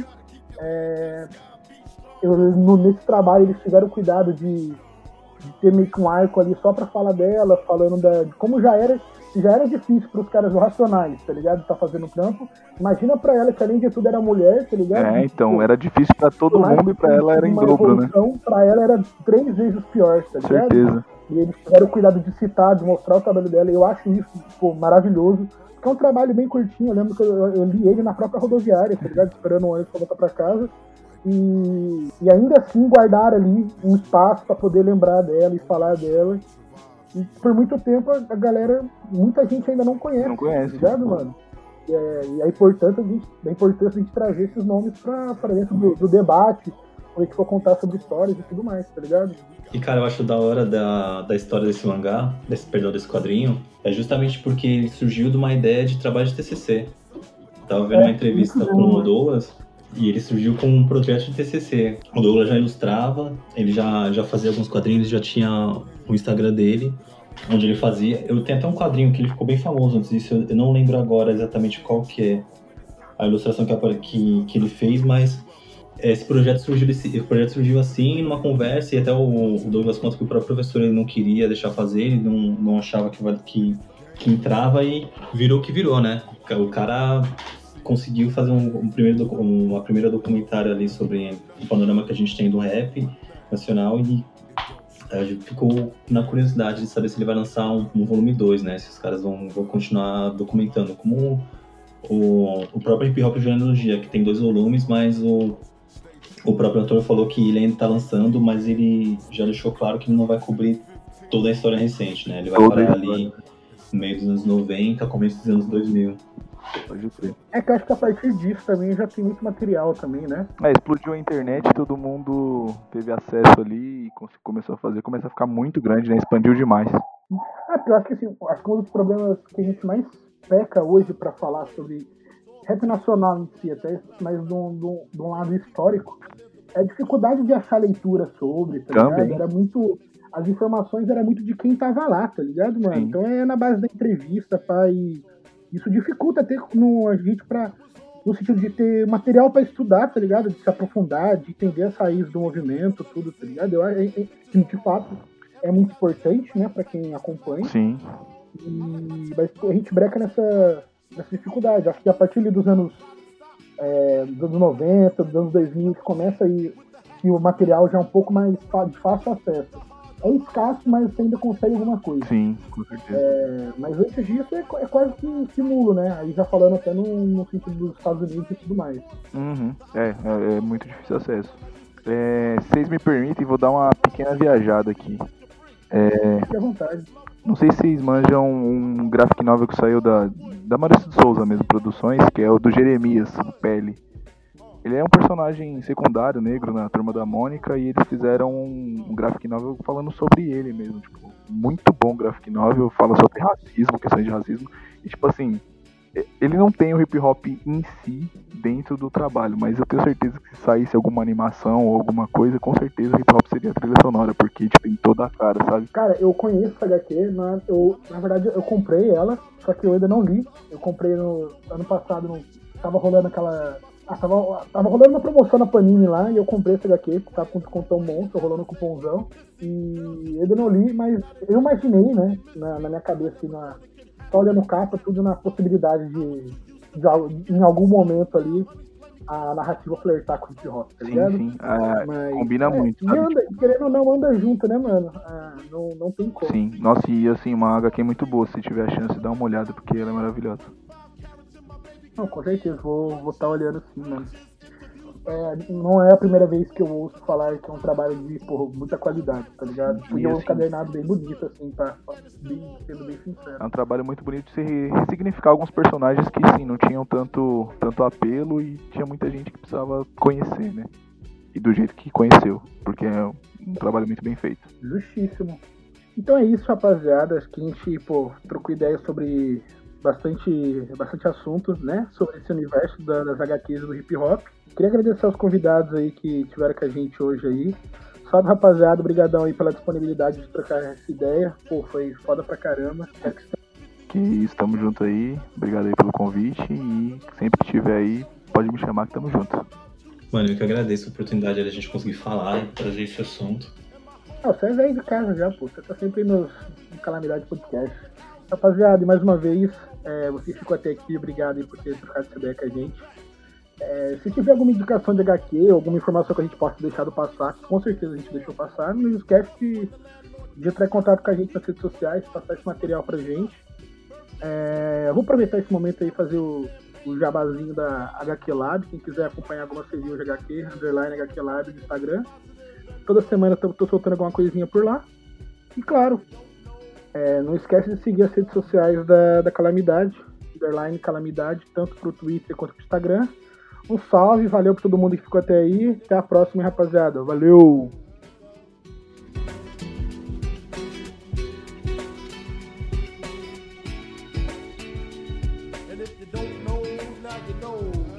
é, eu, no, nesse trabalho eles tiveram cuidado de, de ter meio que um arco ali só pra falar dela, falando da, de como já era, já era difícil pros caras do Racionais, tá ligado? Tá fazendo trampo. Imagina pra ela que além de tudo era mulher, tá ligado? É, então, Tipo, era difícil pra todo mais mundo e pra ela era em uma dobro, né? evolução, pra ela era três vezes pior, tá Com ligado? certeza. E eles tiveram cuidado de citar, de mostrar o trabalho dela, e eu acho isso, pô, maravilhoso. Porque é um trabalho bem curtinho, eu lembro que eu, eu li ele na própria rodoviária, tá ligado? Esperando o ônibus pra voltar pra casa. E, e ainda assim guardar ali um espaço pra poder lembrar dela e falar dela. E por muito tempo a galera, muita gente ainda não conhece, Não conhece. tá ligado, mano? E, é, e a importância de, a importância de trazer esses nomes pra, pra dentro do, do debate, quando a gente for contar sobre histórias e tudo mais, tá ligado? E, cara, eu acho da hora da, da história desse mangá, desse, perdão, desse quadrinho, é justamente porque ele surgiu de uma ideia de trabalho de T C C. Tava vendo É, uma entrevista muito com bom, o Douglas, e ele surgiu com um projeto de T C C. O Douglas já ilustrava, ele já, já fazia alguns quadrinhos, já tinha o Instagram dele, onde ele fazia. Eu tenho até um quadrinho que ele ficou bem famoso antes disso, eu, eu não lembro agora exatamente qual que é a ilustração que, que, que ele fez, mas esse projeto surgiu, esse projeto surgiu assim, numa conversa, e até o, o Douglas conta que o próprio professor ele não queria deixar fazer, ele não, não achava que, que, que entrava, e virou o que virou, né? O cara conseguiu fazer um, um primeiro, uma primeira documentário ali sobre o panorama que a gente tem do rap nacional, e a gente ficou na curiosidade de saber se ele vai lançar um, um volume dois, né? Se os caras vão, vão continuar documentando, como o, o próprio Hip Hop de Analogia, que tem dois volumes, mas o O próprio autor falou que ele ainda está lançando, mas ele já deixou claro que ele não vai cobrir toda a história recente, né? Ele vai Toda parar a ali história. no meio dos anos noventa, começo dos anos dois mil. Pode crer. É que eu acho que a partir disso também já tem muito material também, né? É, explodiu a internet, todo mundo teve acesso ali e cons- começou a fazer, começou a ficar muito grande, né? Expandiu demais. É, porque eu acho que assim, acho que um dos problemas que a gente mais peca hoje pra falar sobre rap nacional em si, até mais de um, de um- de um lado histórico, é a dificuldade de achar leitura sobre, tá Também. ligado? Era muito. As informações eram muito de quem tava lá, tá ligado, mano? Sim. Então é na base da entrevista, pá, e isso dificulta até no, a gente pra. No sentido de ter material pra estudar, tá ligado? De se aprofundar, de entender as raízes do movimento, tudo, tá ligado? Eu, é, é, de fato, é muito importante, né, pra quem acompanha. Sim. E, mas a gente breca nessa, nessa dificuldade. Acho que a partir ali dos anos, é, dos anos noventa, dos anos dois mil, que começa aí, que o material já é um pouco mais fa- de fácil acesso. é escasso, mas você ainda consegue alguma coisa. Sim, com certeza. É, mas antes disso é, é quase que, que nulo, né? Aí já falando até no, no sentido dos Estados Unidos e tudo mais. Uhum. É, é, é muito difícil acesso. É, se vocês me permitem, vou dar uma pequena viajada aqui. É, Fique à vontade. não sei se vocês manjam um graphic novel que saiu da, da Maurício de Souza mesmo, Produções, que é o do Jeremias, o Pele. Ele é um personagem secundário, negro, na Turma da Mônica, e eles fizeram um, um graphic novel falando sobre ele mesmo, tipo, muito bom graphic novel, fala sobre racismo, questões de racismo, e tipo assim, ele não tem o hip hop em si dentro do trabalho, mas eu tenho certeza que se saísse alguma animação ou alguma coisa, com certeza o hip hop seria a trilha sonora, porque tipo, tem toda a cara, sabe? Cara, eu conheço essa agá quê, na, eu, na verdade eu comprei ela, só que eu ainda não li. Eu comprei no ano passado, no, tava rolando aquela... Ah, tava, tava rolando uma promoção na Panini lá e eu comprei esse agá quê, que tava com descontão monstro, rolando um cupomzão. E eu ainda não li, mas eu imaginei, né, na, na minha cabeça, assim, na, só olhando capa, tudo na possibilidade de, de, em algum momento ali, a narrativa flertar com o hip hop, tá ligado? Sim, sim. Ah, mas, combina é, muito, e sabe? anda, querendo ou não, anda junto, né, mano? Ah, não, não tem como. Sim, nossa, e assim, uma agá quê muito boa, se tiver a chance, dá uma olhada, porque ela é maravilhosa. Não, com certeza, vou estar olhando sim, mano. É, não é a primeira vez que eu ouço falar que é um trabalho de, porra, muita qualidade, tá ligado? E E é um assim- encadernado bem bonito, assim, pra, pra bem, sendo bem sincero. É um trabalho muito bonito de se re- ressignificar alguns personagens que, sim, não tinham tanto, tanto apelo e tinha muita gente que precisava conhecer, né? E do jeito que conheceu, porque é um trabalho muito bem feito. Justíssimo. Então é isso, rapaziada. Acho que a gente, pô, trocou ideias sobre bastante, bastante assunto, né? Sobre esse universo da- das agá quês do hip hop. Queria agradecer aos convidados aí que tiveram com a gente hoje aí. Salve, rapaziada. Obrigadão aí pela disponibilidade de trocar essa ideia. Pô, foi foda pra caramba. Espero que Que estamos junto aí, obrigado aí pelo convite e sempre que estiver aí, pode me chamar que tamo junto. Mano, eu que agradeço a oportunidade de a gente conseguir falar e trazer esse assunto. Ah, você é velho de casa já, pô. Você tá sempre nos no Calamidade Podcast. Rapaziada, e mais uma vez, é, você ficou até aqui. Obrigado aí por ter trocado essa ideia com a gente. É, se tiver alguma indicação de agá quê, alguma informação que a gente possa deixar passar, com certeza a gente deixou passar. Não esquece de, de entrar em contato com a gente nas redes sociais, passar esse material pra gente. É, eu vou aproveitar esse momento aí e fazer o, o jabazinho da agá quê Lab. Quem quiser acompanhar algumas reviews de agá quê, underline agá quê Lab no Instagram. Toda semana eu tô soltando alguma coisinha por lá. E claro, é, não esquece de seguir as redes sociais da, da Calamidade, underline Calamidade, tanto pro Twitter quanto pro Instagram. Um salve, valeu pra todo mundo que ficou até aí. Até a próxima, rapaziada. Valeu! And if you don't know, now you know.